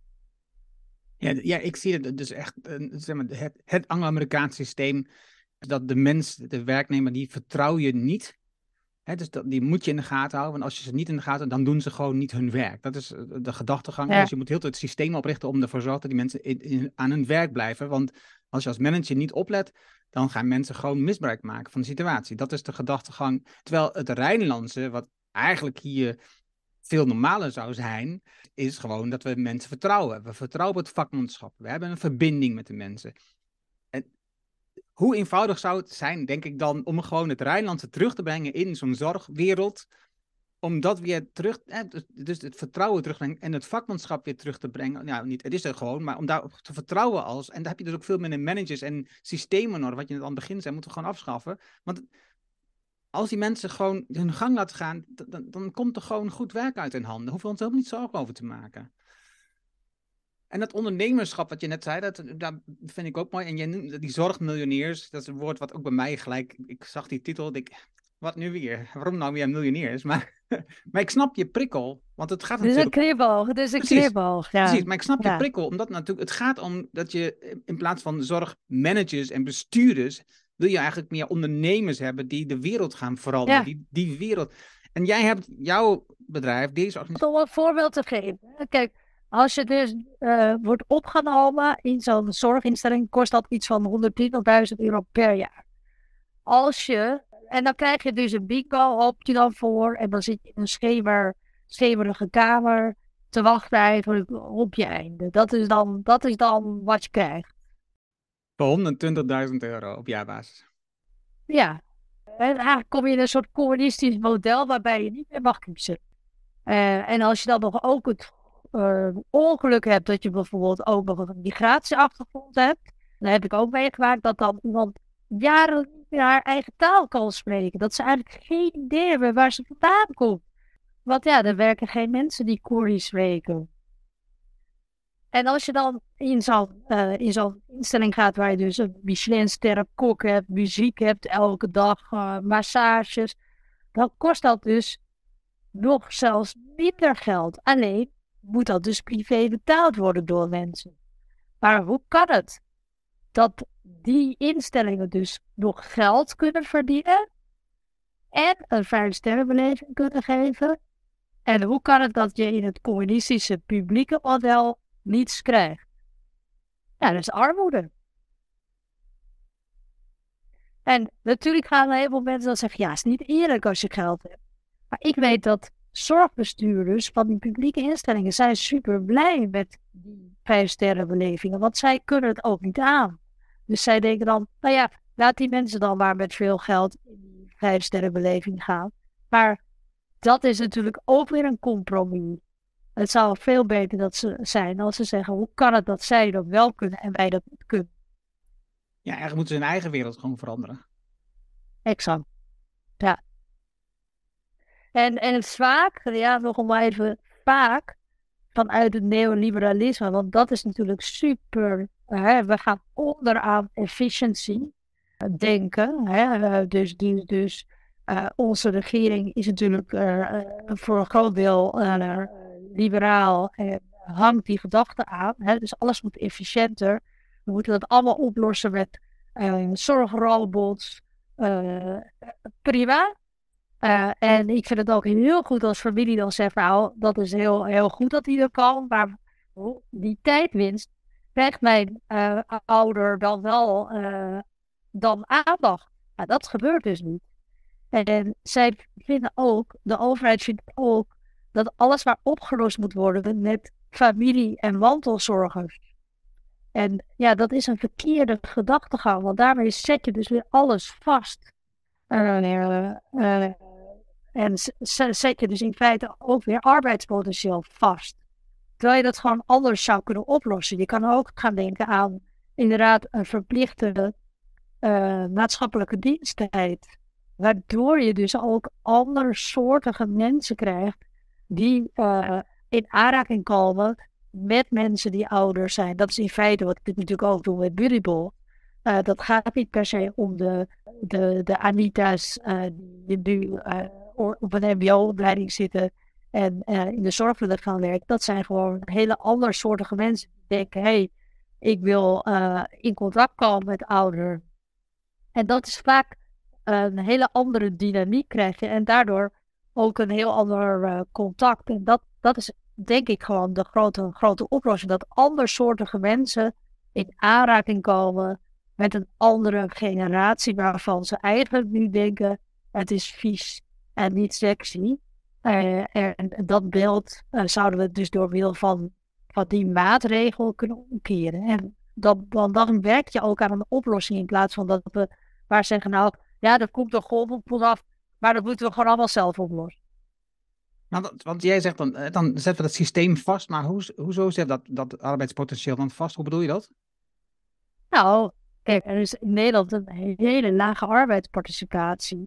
Ja, ja, ik zie het dus echt, uh, zeg maar, het, het Anglo-Amerikaanse systeem, dat de mens, de werknemer, die vertrouw je niet. Hè, dus dat, die moet je in de gaten houden. Want als je ze niet in de gaten houdt, dan doen ze gewoon niet hun werk. Dat is de gedachtegang. Ja. Dus je moet heel het systeem oprichten om ervoor te zorgen dat die mensen in, in, aan hun werk blijven. Want als je als manager niet oplet, dan gaan mensen gewoon misbruik maken van de situatie. Dat is de gedachtegang. Terwijl het Rijnlandse, wat eigenlijk hier veel normaler zou zijn, is gewoon dat we mensen vertrouwen. We vertrouwen het vakmanschap. We hebben een verbinding met de mensen. En hoe eenvoudig zou het zijn, denk ik dan, om gewoon het Rijnlandse terug te brengen in zo'n zorgwereld. Om dat weer terug, eh, dus het vertrouwen terugbrengen en het vakmanschap weer terug te brengen. Nou, niet, het is er gewoon, maar om daarop te vertrouwen als. En daar heb je dus ook veel minder managers en systemen nodig. Wat je net aan het begin zei, moeten we gewoon afschaffen. Want als die mensen gewoon hun gang laten gaan, dan, dan komt er gewoon goed werk uit hun handen. Hoeven we ons helemaal niet zorgen over te maken. En dat ondernemerschap wat je net zei, dat, dat vind ik ook mooi. En jij noemt die zorgmiljonairs, dat is een woord wat ook bij mij gelijk, ik zag die titel, ik, wat nu weer? Waarom nou weer miljonairs? Maar Maar ik snap je prikkel, want het gaat Het is een natuurlijk... knipoog, het is een Precies, knipoog. Ja. Precies, maar ik snap je Ja. prikkel, omdat natuurlijk het gaat om dat je in plaats van zorgmanagers en bestuurders, wil je eigenlijk meer ondernemers hebben die de wereld gaan veranderen. Ja. Die, die wereld. En jij hebt jouw bedrijf, deze organisatie... Om een voorbeeld te geven. Kijk, als je dus uh, wordt opgenomen in zo'n zorginstelling, kost dat iets van honderdtwintigduizend euro per jaar. Als je, en dan krijg je dus een bingo op je dan voor, en dan zit je in een schemer, schemerige kamer te wachten eigenlijk op je einde. Dat is dan, dat is dan wat je krijgt. Voor honderdtwintigduizend euro op jaarbasis. Ja. En eigenlijk kom je in een soort communistisch model waarbij je niet meer mag kiezen. Uh, en als je dan nog ook het uh, ongeluk hebt dat je bijvoorbeeld ook nog een migratieachtergrond hebt, dan heb ik ook meegemaakt dat dan iemand jaren niet meer haar eigen taal kan spreken. Dat ze eigenlijk geen idee hebben waar ze vandaan komt. Want ja, er werken geen mensen die Koeri spreken. En als je dan in zo'n, uh, in zo'n instelling gaat waar je dus een Michelin-sterren kok hebt, muziek hebt, elke dag uh, massages, dan kost dat dus nog zelfs minder geld. Alleen moet dat dus privé betaald worden door mensen. Maar hoe kan het dat die instellingen dus nog geld kunnen verdienen en een vijf sterrenbeleving kunnen geven? En hoe kan het dat je in het communistische publieke model niets krijgt? Ja, dat is armoede. En natuurlijk gaan er heel veel mensen dan zeggen, ja, het is niet eerlijk als je geld hebt. Maar ik weet dat zorgbestuurders van die publieke instellingen zijn super blij met die vijf sterrenbelevingen, want zij kunnen het ook niet aan. Dus zij denken dan, nou ja, laat die mensen dan maar met veel geld in die vijf sterrenbeleving gaan. Maar dat is natuurlijk ook weer een compromis. Het zou veel beter dat ze zijn als ze zeggen, hoe kan het dat zij dat wel kunnen en wij dat niet kunnen? Ja, eigenlijk moeten ze hun eigen wereld gewoon veranderen. Exact. Ja. En, en het vaak, ja, nog om maar even vaak, vanuit het neoliberalisme, want dat is natuurlijk super, hè, we gaan onderaan efficiency denken, hè, dus, dus, dus uh, onze regering is natuurlijk uh, voor een groot deel uh, liberaal en hangt die gedachte aan, hè, dus alles moet efficiënter, we moeten dat allemaal oplossen met uh, zorgrobots, uh, prima. Uh, en ik vind het ook heel goed als familie dan zegt, nou, dat is heel, heel goed dat die er kan, maar oh, die tijdwinst krijgt mijn uh, ouder dan wel uh, dan aandacht. Nou, dat gebeurt dus niet. En, en zij vinden ook, de overheid vindt ook, dat alles maar opgelost moet worden met familie- en mantelzorgers. En ja, dat is een verkeerde gedachtegang, want daarmee zet je dus weer alles vast. Uh, uh, uh, En zet je dus in feite ook weer arbeidspotentieel vast. Terwijl je dat gewoon anders zou kunnen oplossen. Je kan ook gaan denken aan inderdaad een verplichte uh, maatschappelijke diensttijd. Waardoor je dus ook andersoortige mensen krijgt die uh, in aanraking komen met mensen die ouder zijn. Dat is in feite wat ik natuurlijk ook doe met Buddybowl. Uh, dat gaat niet per se om de, de, de Anita's uh, die nu uh, op een mbo-opleiding zitten en uh, in de zorg willen gaan werken. Dat zijn gewoon hele andersoortige mensen die denken, hé, hey, ik wil uh, in contact komen met ouder. En dat is vaak uh, een hele andere dynamiek krijg je en daardoor ook een heel ander uh, contact. En dat, dat is denk ik gewoon de grote, grote oplossing. Dat andersoortige mensen in aanraking komen met een andere generatie waarvan ze eigenlijk nu denken, het is vies en niet sexy. Uh, en dat beeld uh, zouden we dus door middel van, van die maatregel kunnen omkeren. En dan, dan, dan werk je ook aan een oplossing in plaats van dat we maar zeggen, nou ja, dat komt er golf op ons af, maar dat moeten we gewoon allemaal zelf oplossen. Nou, dat, want jij zegt dan, dan zetten we dat systeem vast, maar hoe, hoezo zet dat, dat arbeidspotentieel dan vast? Hoe bedoel je dat? Nou, kijk, er is in Nederland een hele lage arbeidsparticipatie.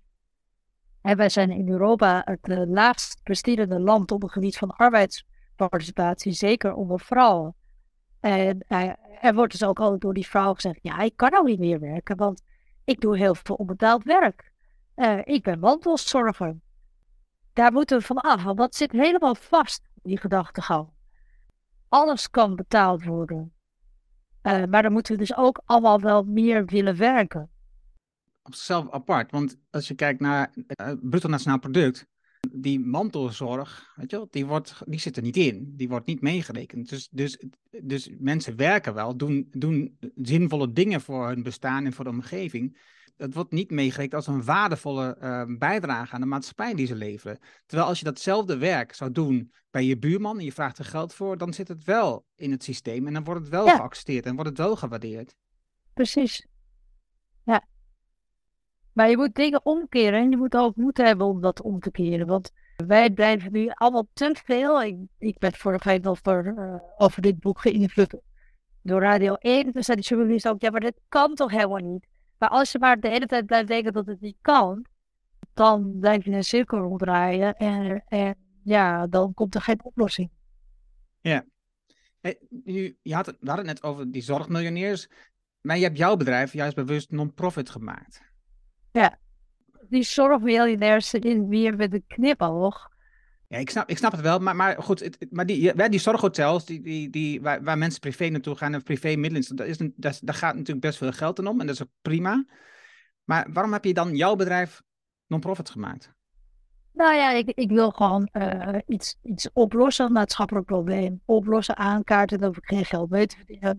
En wij zijn in Europa het uh, laagst presterende land op het gebied van arbeidsparticipatie, zeker onder vrouwen. En uh, er wordt dus ook altijd door die vrouwen gezegd, ja, ik kan nou niet meer werken, want ik doe heel veel onbetaald werk. Uh, ik ben mantelzorger. daar moeten we van af, want dat zit helemaal vast, die gedachtegang. Alles kan betaald worden. Uh, maar dan moeten we dus ook allemaal wel meer willen werken. Op zichzelf apart, want als je kijkt naar het bruto nationaal product, die mantelzorg, weet je wel, die, wordt, die zit er niet in. Die wordt niet meegerekend. Dus, dus, dus mensen werken wel, doen, doen zinvolle dingen voor hun bestaan en voor de omgeving. Het wordt niet meegerekend als een waardevolle uh, bijdrage aan de maatschappij die ze leveren. Terwijl als je datzelfde werk zou doen bij je buurman en je vraagt er geld voor, dan zit het wel in het systeem en dan wordt het wel ja. geaccepteerd en wordt het wel gewaardeerd. Precies. Ja. Maar je moet dingen omkeren en je moet ook moed hebben om dat om te keren. Want wij blijven nu allemaal te veel. Ik, ik ben vorige week over, uh, over dit boek geïnvloed door Radio één. Toen zei de journalist ook, ja, maar dit kan toch helemaal niet. Maar als je maar de hele tijd blijft denken dat het niet kan, dan blijf je in een cirkel ronddraaien en, en ja, dan komt er geen oplossing. Ja. Hey, je, je had het, we hadden het net over die zorgmiljonairs, maar je hebt jouw bedrijf juist bewust non-profit gemaakt. Ja, die zorgmiljonairs zitten weer met een knipoog. Ja, ik snap, ik snap het wel, maar, maar goed, het, maar die, die zorghotels die, die, die, waar, waar mensen privé naartoe gaan en privé middelen, dat is een, dat, daar gaat natuurlijk best veel geld in om en dat is ook prima. Maar waarom heb je dan jouw bedrijf non-profit gemaakt? Nou ja, ik, ik wil gewoon uh, iets, iets oplossen, een maatschappelijk probleem. Oplossen, aankaarten, dat ik geen geld mee te verdienen.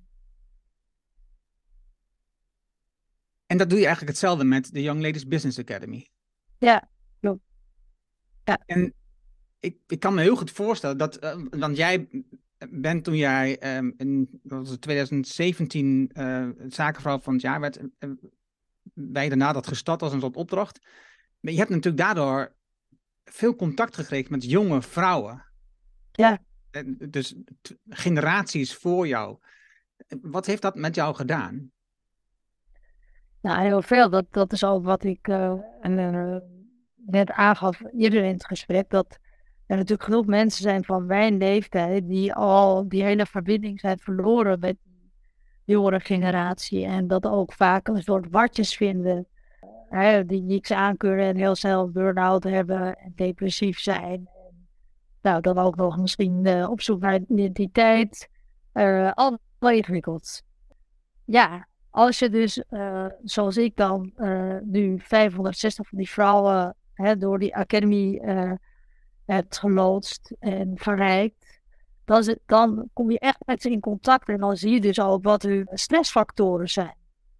En dat doe je eigenlijk hetzelfde met de Young Ladies Business Academy. Ja, klopt. Ja. En ik, ik kan me heel goed voorstellen dat, uh, want jij bent toen jij um, in twintig zeventien uh, zakenvrouw van het jaar werd, uh, ben je daarna dat gestart als een soort opdracht. Maar je hebt natuurlijk daardoor veel contact gekregen met jonge vrouwen. Ja. Dus t- generaties voor jou. Wat heeft dat met jou gedaan? Nou, heel veel. Dat, dat is ook wat ik uh, en, uh, net aangaf eerder in het gesprek. Dat er natuurlijk genoeg mensen zijn van mijn leeftijd die al die hele verbinding zijn verloren met de jongere generatie. En dat ook vaak een soort watjes vinden. Hè, die niks aankunnen en heel snel burn-out hebben en depressief zijn. En, nou, dan ook nog misschien uh, op zoek naar identiteit. Uh, allemaal ingewikkeld. Ja, als je dus, uh, zoals ik dan, uh, nu vijfhonderdzestig van die vrouwen hè, door die academy uh, hebt geloodst en verrijkt, dan, is het, dan kom je echt met ze in contact en dan zie je dus ook wat hun stressfactoren zijn.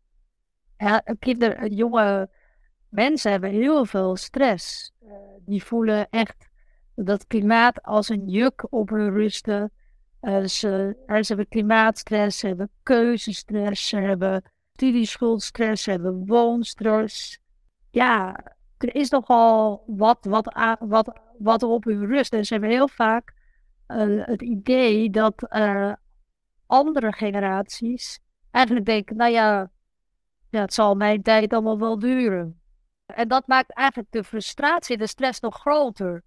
Ja, kinderen, jonge mensen hebben heel veel stress. Uh, die voelen echt dat klimaat als een juk op hun rusten. Uh, ze, ze hebben klimaatstress, ze hebben keuzestress, ze hebben studieschuldstress, ze hebben woonstress. Ja, er is nogal wat, wat, wat, wat op hun rust. En ze hebben heel vaak uh, het idee dat uh, andere generaties eigenlijk denken, nou ja, ja, het zal mijn tijd allemaal wel duren. En dat maakt eigenlijk de frustratie en de stress nog groter.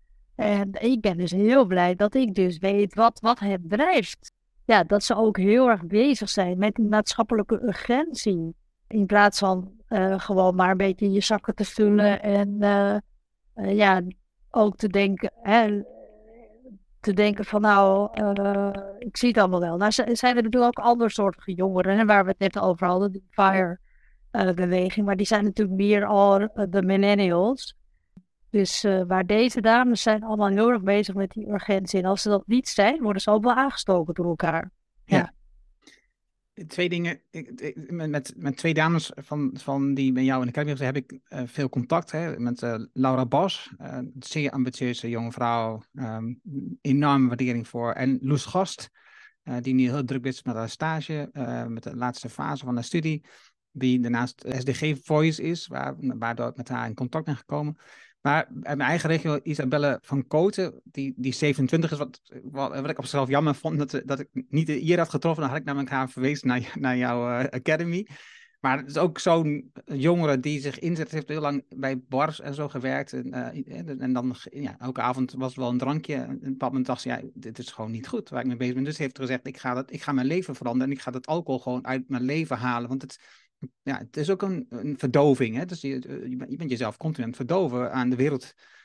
En ik ben dus heel blij dat ik dus weet wat, wat het drijft. Ja, dat ze ook heel erg bezig zijn met die maatschappelijke urgentie. In plaats van uh, gewoon maar een beetje je zakken te vullen. En uh, uh, ja, ook te denken, hè, te denken van nou, uh, ik zie het allemaal wel. Nou zijn er natuurlijk ook andere soorten jongeren, hè, waar we het net over hadden, die FIRE uh, beweging. Maar die zijn natuurlijk meer al uh, de millennials. Dus uh, waar deze dames zijn allemaal heel erg bezig met die urgentie. En als ze dat niet zijn, worden ze ook wel aangestoken door elkaar. Ja. ja. Twee dingen. Ik, met, met twee dames van, van die bij jou in de kerk heb ik uh, veel contact. Hè, met uh, Laura Bos, uh, een zeer ambitieuze jonge vrouw. Um, enorme waardering voor. En Loes Gast, uh, die nu heel druk is met haar stage. Uh, met de laatste fase van haar studie. Die daarnaast S D G Voice is, waar, waardoor ik met haar in contact ben gekomen. Maar uit mijn eigen regio, Isabelle van Kooten, die, die zevenentwintig is, wat, wat, wat ik op zichzelf jammer vond, dat, dat ik niet hier had getroffen, dan had ik namelijk haar verwezen naar, naar jouw uh, academy. Maar het is ook zo'n jongere die zich inzet, heeft heel lang bij bars en zo gewerkt. En, uh, en dan, ja, elke avond was het wel een drankje. En op een bepaald moment dacht ze, ja, dit is gewoon niet goed waar ik mee bezig ben. Dus heeft gezegd, ik ga, dat, ik ga mijn leven veranderen en ik ga dat alcohol gewoon uit mijn leven halen. Want het, ja, het is ook een, een verdoving. Hè? Dus je, je bent jezelf continu aan het verdoven aan de wereld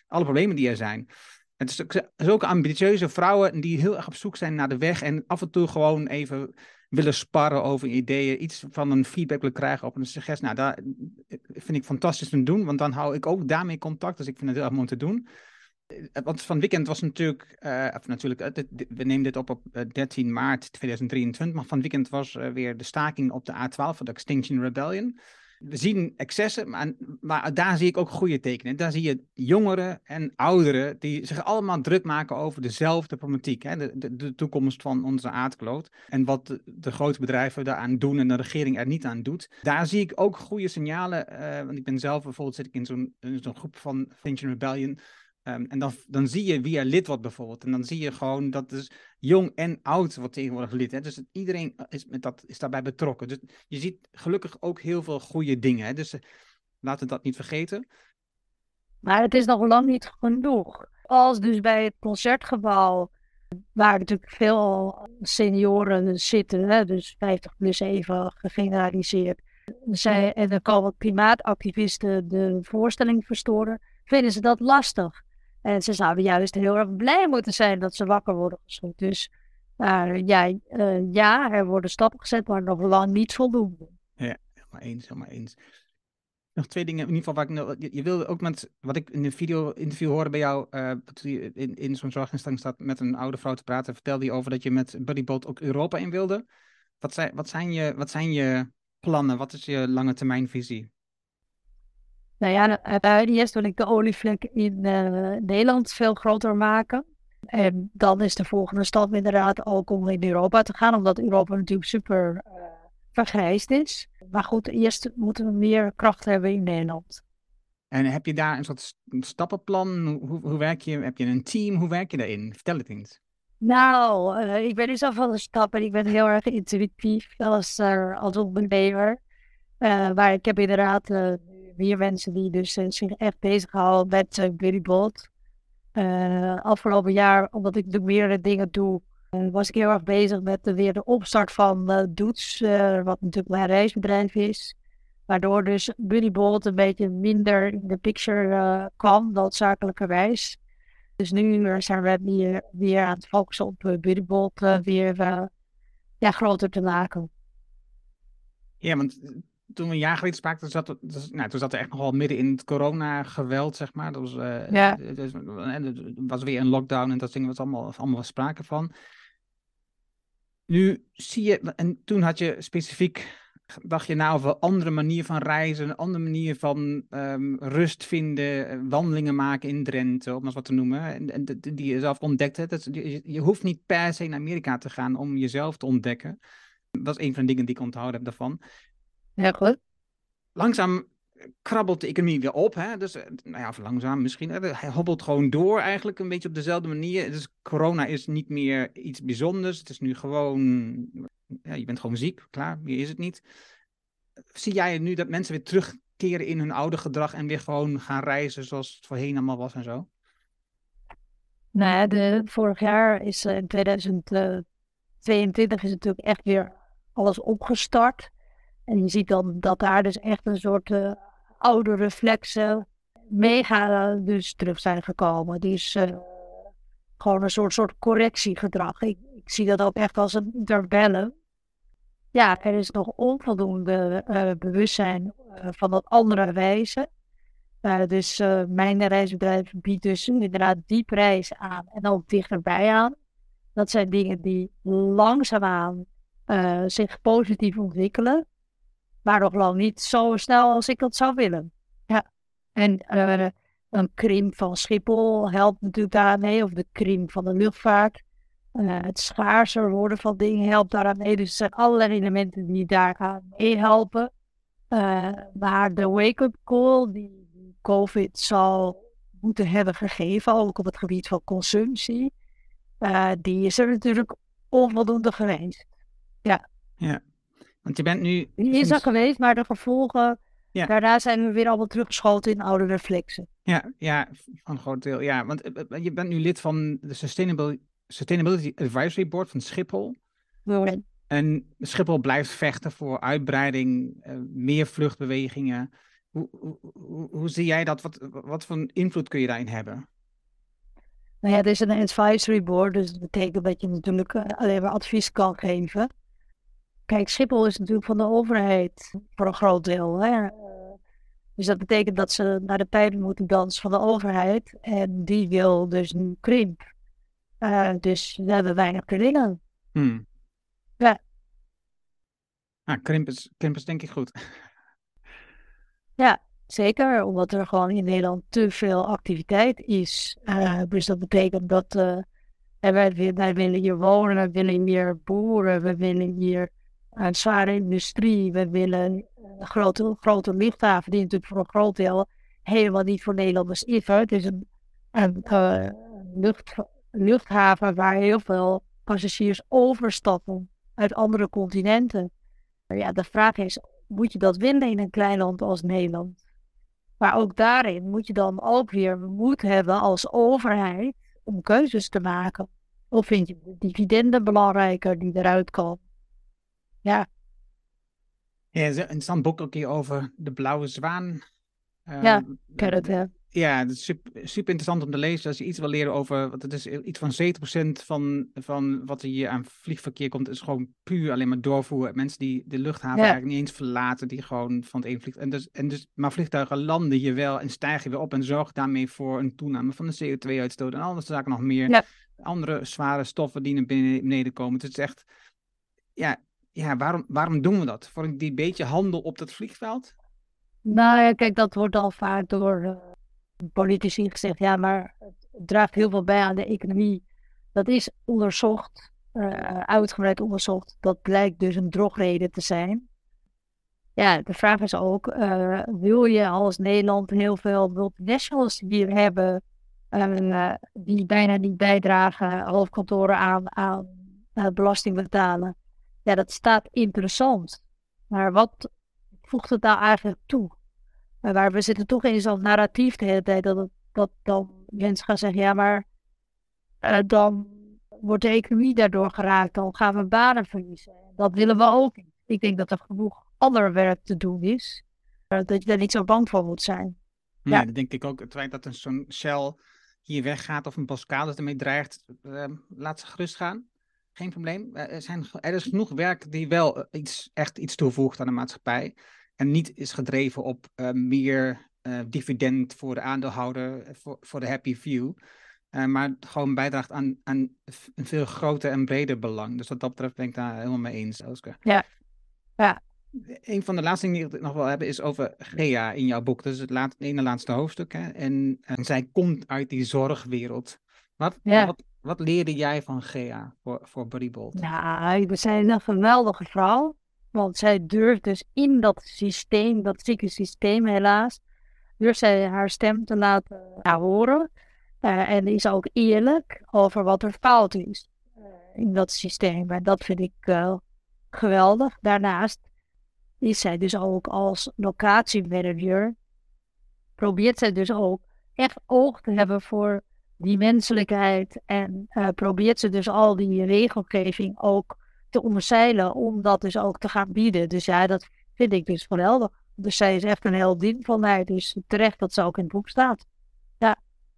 alle problemen die er zijn. Het is ook zulke ambitieuze vrouwen die heel erg op zoek zijn naar de weg en af en toe gewoon even willen sparren over ideeën, iets van een feedback willen krijgen op een suggestie. Nou, dat vind ik fantastisch te doen, want dan hou ik ook daarmee contact, dus ik vind het heel erg mooi te doen. Want van het weekend was natuurlijk, uh, of natuurlijk uh, dit, dit, we nemen dit op op uh, dertien maart tweeduizend drieëntwintig, maar van het weekend was uh, weer de staking op de A twaalf van de Extinction Rebellion. We zien excessen, maar, maar daar zie ik ook goede tekenen. Daar zie je jongeren en ouderen die zich allemaal druk maken over dezelfde problematiek. Hè? De, de, de toekomst van onze aardkloot. En wat de, de grote bedrijven daaraan doen en de regering er niet aan doet. Daar zie ik ook goede signalen. Uh, want ik ben zelf bijvoorbeeld, zit ik in zo'n, in zo'n groep van Extinction Rebellion. Um, en dan, dan zie je wie er lid wordt bijvoorbeeld. En dan zie je gewoon dat dus jong en oud wordt tegenwoordig lid. Hè? Dus iedereen is, met dat, is daarbij betrokken. Dus je ziet gelukkig ook heel veel goede dingen. Hè? Dus uh, laten we dat niet vergeten. Maar het is nog lang niet genoeg. Als dus bij het Concertgebouw, waar natuurlijk veel senioren zitten, hè? Dus vijftig plus even gegeneraliseerd. Zij, en dan komen klimaatactivisten de voorstelling verstoren, vinden ze dat lastig. En ze zouden juist heel erg blij moeten zijn dat ze wakker worden geschud. Dus uh, ja, uh, ja, er worden stappen gezet, maar nog lang niet voldoende. Ja, helemaal eens, helemaal eens. Nog twee dingen, in ieder geval, waar ik, je, je wilde ook met, wat ik in de video-interview hoorde bij jou, uh, dat je in, in zo'n zorginstelling staat met een oude vrouw te praten, vertelde je over dat je met Buddyboat ook Europa in wilde. Wat zijn, wat zijn, je, wat zijn je plannen? Wat is je lange termijn visie? Nou ja, uh, eerst wil ik de olievlek in uh, Nederland veel groter maken. En dan is de volgende stap inderdaad ook om in Europa te gaan, omdat Europa natuurlijk super uh, vergrijsd is. Maar goed, eerst moeten we meer kracht hebben in Nederland. En heb je daar een soort stappenplan? Hoe, hoe werk je? Heb je een team? Hoe werk je daarin? Vertel het eens. Nou, uh, ik ben niet zo van de stappen. Ik ben heel erg intuïtief als, uh, als ondernemer. Uh, maar ik heb inderdaad uh, vier mensen die dus uh, zich echt bezighouden met uh, Buddyboat. Uh, afgelopen jaar, omdat ik natuurlijk meerdere dingen doe, uh, was ik heel erg bezig met de, weer de opstart van uh, Doets, uh, wat natuurlijk mijn reisbedrijf is. Waardoor dus Buddyboat een beetje minder in de picture uh, kwam, noodzakelijkerwijs. Dus nu zijn we weer, weer aan het focussen op uh, Buddyboat uh, weer uh, ja, groter te maken. Ja, want toen we een jaar geleden spraken, zat, er, dus, nou, toen zat er echt nog wel midden in het corona-geweld, zeg maar. Dat was, uh, ja. dus, er was weer een lockdown en dat ding was allemaal, allemaal sprake van. Nu zie je, en toen had je specifiek, dacht je nou over een andere manier van reizen, een andere manier van um, rust vinden, wandelingen maken in Drenthe, om maar eens wat te noemen, en, en die je zelf ontdekte. Dat, je, je hoeft niet per se naar Amerika te gaan om jezelf te ontdekken. Dat is een van de dingen die ik onthouden heb daarvan. Ja, goed. Langzaam krabbelt de economie weer op. Hè? Dus, nou ja, of langzaam misschien. Hij hobbelt gewoon door eigenlijk een beetje op dezelfde manier. Dus corona is niet meer iets bijzonders. Het is nu gewoon, ja, je bent gewoon ziek. Klaar, meer is het niet. Zie jij nu dat mensen weer terugkeren in hun oude gedrag en weer gewoon gaan reizen zoals het voorheen allemaal was en zo? Nou ja, de, vorig jaar is uh, in tweeduizend tweeëntwintig is natuurlijk echt weer alles opgestart. En je ziet dan dat daar dus echt een soort uh, oude reflexen mega uh, dus terug zijn gekomen. Die is uh, gewoon een soort, soort correctiegedrag. Ik, ik zie dat ook echt als een interbellum. Ja, er is nog onvoldoende uh, bewustzijn uh, van dat andere wijze. Uh, dus uh, mijn reisbedrijf biedt dus inderdaad die prijs aan en ook dichterbij aan. Dat zijn dingen die langzaamaan uh, zich positief ontwikkelen. Maar nog lang niet zo snel als ik dat zou willen. Ja. En uh, een krimp van Schiphol helpt natuurlijk daarmee. Of de krimp van de luchtvaart. Uh, het schaarser worden van dingen helpt daaraan mee. Dus er zijn allerlei elementen die daaraan meehelpen. Uh, maar de wake-up call die COVID zal moeten hebben gegeven, ook op het gebied van consumptie, uh, die is er natuurlijk onvoldoende geweest. Ja. Ja. Want je bent nu... Die is er geweest, maar de gevolgen... Ja. Daarna zijn we weer allemaal teruggeschoten in oude reflexen. Ja, ja, van een groot deel. Ja, want je bent nu lid van de Sustainability, Sustainability Advisory Board van Schiphol. Ja. En Schiphol blijft vechten voor uitbreiding, uh, meer vluchtbewegingen. Hoe, hoe, hoe, hoe zie jij dat? Wat, wat voor invloed kun je daarin hebben? Nou ja, het is een advisory board, dus dat betekent dat je natuurlijk uh, alleen maar advies kan geven. Kijk, Schiphol is natuurlijk van de overheid voor een groot deel. Hè? Dus dat betekent dat ze naar de pijpen moeten dansen van de overheid. En die wil dus nu krimp. Uh, dus we hebben weinig te winnen. Hmm. Ja. Ah, krimp is, krimp is denk ik goed. Ja, zeker. Omdat er gewoon in Nederland te veel activiteit is. Uh, dus dat betekent dat uh, wij, wij willen hier wonen, we willen hier boeren, we willen hier een zware industrie, we willen een grote, grote luchthaven die natuurlijk voor een groot deel helemaal niet voor Nederlanders is. Het is een, een uh, lucht, luchthaven waar heel veel passagiers overstappen uit andere continenten. Ja, de vraag is, moet je dat willen in een klein land als Nederland? Maar ook daarin moet je dan ook weer moed hebben als overheid om keuzes te maken. Of vind je de dividenden belangrijker die eruit komen? Ja. Ja, er is een interessant boek ook hier over de Blauwe Zwaan. Uh, ja, ik ken het, ja. Ja, het is super, super interessant om te lezen als je iets wil leren over, want het is iets van zeventig procent van, van wat er hier aan vliegverkeer komt, is gewoon puur alleen maar doorvoer. Mensen die de luchthaven ja. eigenlijk niet eens verlaten, die gewoon van het een vliegt. En dus, en dus, maar vliegtuigen landen hier wel en stijgen weer op en zorgen daarmee voor een toename van de C O twee uitstoot en al dat zaken nog meer. Ja. Andere zware stoffen die naar beneden komen. Het is echt, ja, ja waarom, waarom doen we dat? Voor die beetje handel op dat vliegveld? Nou ja, kijk, dat wordt al vaak door uh, politici gezegd. Ja, maar het draagt heel veel bij aan de economie. Dat is onderzocht, uh, uitgebreid onderzocht. Dat blijkt dus een drogreden te zijn. Ja, de vraag is ook, uh, wil je als Nederland heel veel multinationals hier hebben, uh, die bijna niet bijdragen, hoofdkantoren aan, aan uh, belasting betalen? Ja, dat staat interessant. Maar wat voegt het nou eigenlijk toe? Maar we zitten toch in zo'n narratief de hele tijd dat, het, dat dan mensen gaan zeggen, ja, maar uh, dan wordt de economie daardoor geraakt, dan gaan we banen verliezen. Dat willen we ook niet. Ik denk dat er genoeg ander werk te doen is, uh, dat je daar niet zo bang voor moet zijn. Ja, ja. Dat denk ik ook. Het feit dat een zo'n Shell hier weggaat of een Boskalis ermee dreigt, uh, laat ze gerust gaan. Geen probleem. Er, zijn, er is genoeg werk die wel uh, iets, echt iets toevoegt aan de maatschappij. En niet is gedreven op uh, meer uh, dividend voor de aandeelhouder, voor, voor de happy few. Uh, maar gewoon bijdraagt aan, aan een veel groter en breder belang. Dus wat dat betreft ben ik daar helemaal mee eens, Elske. Ja, ja. Een van de laatste dingen die ik nog wel heb is over Gea in jouw boek. Dat is het laat, ene laatste hoofdstuk. Hè? En, en zij komt uit die zorgwereld. Wat, ja. wat, wat leerde jij van Gea voor, voor Buddybold? Nou, we zijn een geweldige vrouw. Want zij durft dus in dat systeem, dat zieke systeem helaas, durft zij haar stem te laten uh, horen. Uh, en is ook eerlijk over wat er fout is uh, in dat systeem. En dat vind ik uh, geweldig. Daarnaast is zij dus ook als locatiemanager, probeert zij dus ook echt oog te hebben voor die menselijkheid. En uh, probeert ze dus al die regelgeving ook te omzeilen om dat dus ook te gaan bieden. Dus ja, dat vind ik dus geweldig. Dus zij is echt een heldin van mij. Dus terecht dat ze ook in het boek staat. Ja.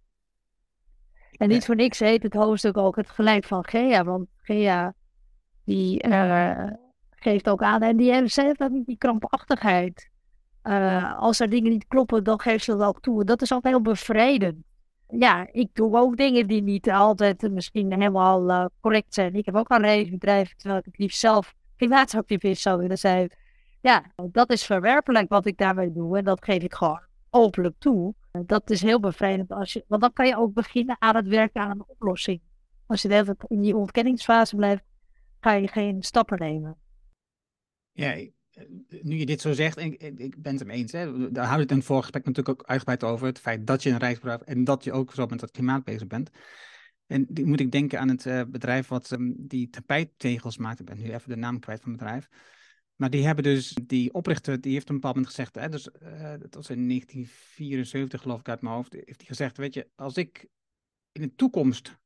En niet voor niks heet het hoofdstuk ook het gelijk van Gea. Want Gea, die uh, geeft ook aan. En die heeft zelf niet die krampachtigheid. Uh, als er dingen niet kloppen, dan geeft ze dat ook toe. Dat is ook heel bevrijdend. Ja, ik doe ook dingen die niet altijd misschien helemaal uh, correct zijn. Ik heb ook al een eigen bedrijf, terwijl ik het liefst zelf klimaatactivist zou willen zijn. Ja, dat is verwerpelijk wat ik daarmee doe. En dat geef ik gewoon openlijk toe. Dat is heel bevrijdend. Als je, want dan kan je ook beginnen aan het werken aan een oplossing. Als je de hele tijd in die ontkenningsfase blijft, ga je geen stappen nemen. Ja, nu je dit zo zegt, ik, ik ben het hem eens. Hè? Daar hadden we het in het vorige gesprek natuurlijk ook uitgebreid over. Het feit dat je een reisbedrijf en dat je ook zo met het klimaat bezig bent. En die moet ik denken aan het uh, bedrijf wat um, die tapijttegels maakt. Ik ben nu even de naam kwijt van het bedrijf. Maar die hebben dus, die oprichter, die heeft op een bepaald moment gezegd, hè, dus, uh, dat was in negentien vierenzeventig geloof ik uit mijn hoofd, heeft hij gezegd, weet je, als ik in de toekomst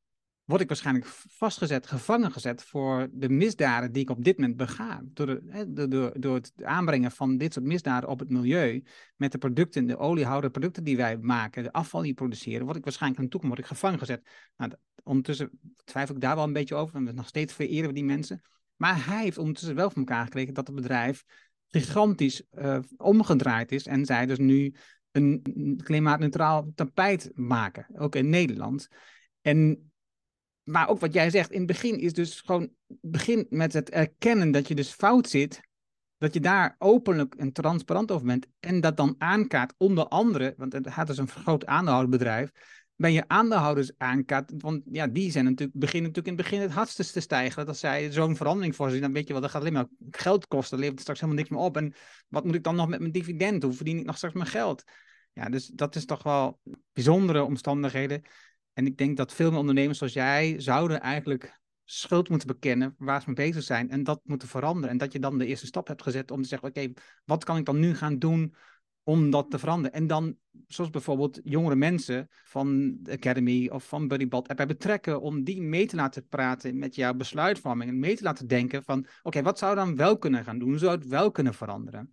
word ik waarschijnlijk vastgezet, gevangen gezet voor de misdaden die ik op dit moment bega. Door, de, hè, door, door, door het aanbrengen van dit soort misdaden op het milieu, met de producten, de oliehoudende producten die wij maken, de afval die we produceren, word ik waarschijnlijk in de toekomst word ik gevangen gezet. Nou, ondertussen twijfel ik daar wel een beetje over, en we nog steeds vereren we die mensen. Maar hij heeft ondertussen wel voor elkaar gekregen dat het bedrijf gigantisch uh, omgedraaid is en zij dus nu een klimaatneutraal tapijt maken, ook in Nederland. En maar ook wat jij zegt, in het begin is dus gewoon, begin met het erkennen dat je dus fout zit, dat je daar openlijk en transparant over bent en dat dan aankaart onder andere, want het gaat dus een groot aandeelhouderbedrijf, ben je aandeelhouders aankaart, want ja, die zijn natuurlijk, beginnen natuurlijk in het begin het hardste te stijgen, dat als zij zo'n verandering voorzien, dan weet je wel, dat gaat alleen maar geld kosten, dan levert het straks helemaal niks meer op en wat moet ik dan nog met mijn dividend, hoe verdien ik nog straks mijn geld? Ja, dus dat is toch wel bijzondere omstandigheden. En ik denk dat veel meer ondernemers zoals jij zouden eigenlijk schuld moeten bekennen waar ze mee bezig zijn en dat moeten veranderen. En dat je dan de eerste stap hebt gezet om te zeggen, oké, okay, wat kan ik dan nu gaan doen om dat te veranderen? En dan, zoals bijvoorbeeld jongere mensen van de Academy of van Buddybot erbij betrekken om die mee te laten praten met jouw besluitvorming en mee te laten denken van, oké, okay, wat zou dan wel kunnen gaan doen? Hoe zou het wel kunnen veranderen?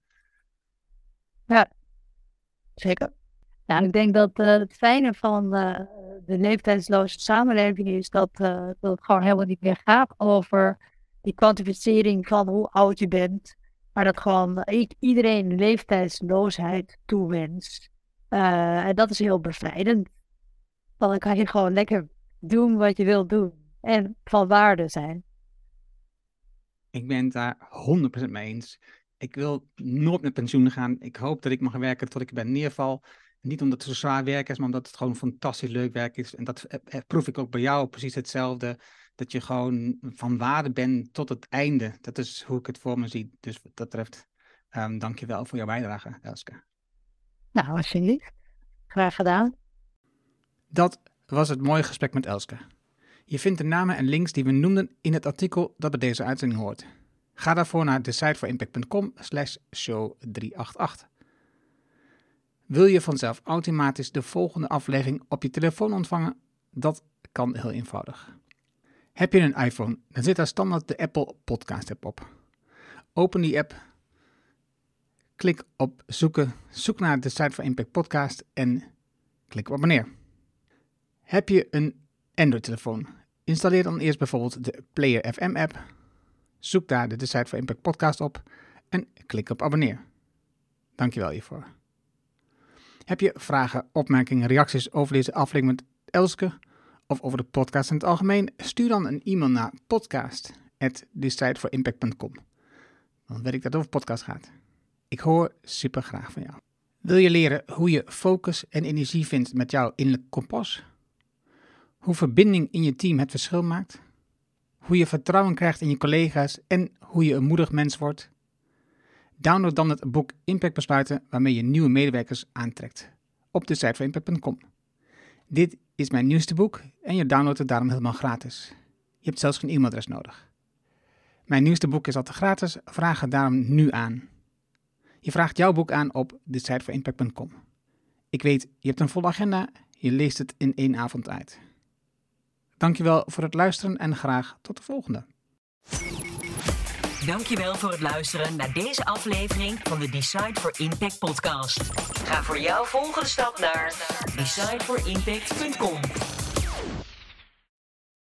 Ja, zeker. Nou, ik denk dat uh, het fijne van uh, de leeftijdsloze samenleving is dat, uh, dat het gewoon helemaal niet meer gaat over die kwantificering van hoe oud je bent, maar dat gewoon uh, iedereen leeftijdsloosheid toewenst. Uh, en dat is heel bevrijdend. Want dan kan je gewoon lekker doen wat je wilt doen en van waarde zijn. Ik ben het daar honderd procent mee eens. Ik wil nooit met pensioen gaan. Ik hoop dat ik mag werken tot ik bij neerval. Niet omdat het zo zwaar werk is, maar omdat het gewoon fantastisch leuk werk is. En dat eh, proef ik ook bij jou precies hetzelfde. Dat je gewoon van waarde bent tot het einde. Dat is hoe ik het voor me zie. Dus wat dat betreft, um, dank je wel voor jouw bijdrage, Elske. Nou, alsjeblieft. Graag gedaan. Dat was het mooie gesprek met Elske. Je vindt de namen en links die we noemden in het artikel dat bij deze uitzending hoort. Ga daarvoor naar decideforimpact.com slash show driehonderdachtenachtig. Wil je vanzelf automatisch de volgende aflevering op je telefoon ontvangen? Dat kan heel eenvoudig. Heb je een iPhone, dan zit daar standaard de Apple Podcast app op. Open die app, klik op zoeken, zoek naar de Decide for Impact podcast en klik op abonneer. Heb je een Android-telefoon? Installeer dan eerst bijvoorbeeld de Player F M app, zoek daar de Decide for Impact podcast op en klik op abonneer. Dankjewel hiervoor. Heb je vragen, opmerkingen, reacties over deze aflevering met Elske of over de podcast in het algemeen? Stuur dan een e-mail naar podcast at decideforimpact punt com. Dan weet ik dat het over podcast gaat. Ik hoor super graag van jou. Wil je leren hoe je focus en energie vindt met jouw innerlijk kompas? Hoe verbinding in je team het verschil maakt? Hoe je vertrouwen krijgt in je collega's en hoe je een moedig mens wordt? Download dan het boek Impact Besluiten waarmee je nieuwe medewerkers aantrekt op decideforimpact punt com. Dit is mijn nieuwste boek en je downloadt het daarom helemaal gratis. Je hebt zelfs geen e-mailadres nodig. Mijn nieuwste boek is altijd gratis, vraag het daarom nu aan. Je vraagt jouw boek aan op decideforimpact punt com. Ik weet, je hebt een volle agenda, je leest het in één avond uit. Dankjewel voor het luisteren en graag tot de volgende. Dankjewel voor het luisteren naar deze aflevering van de Decide for Impact podcast. Ga voor jouw volgende stap naar decide for impact punt com.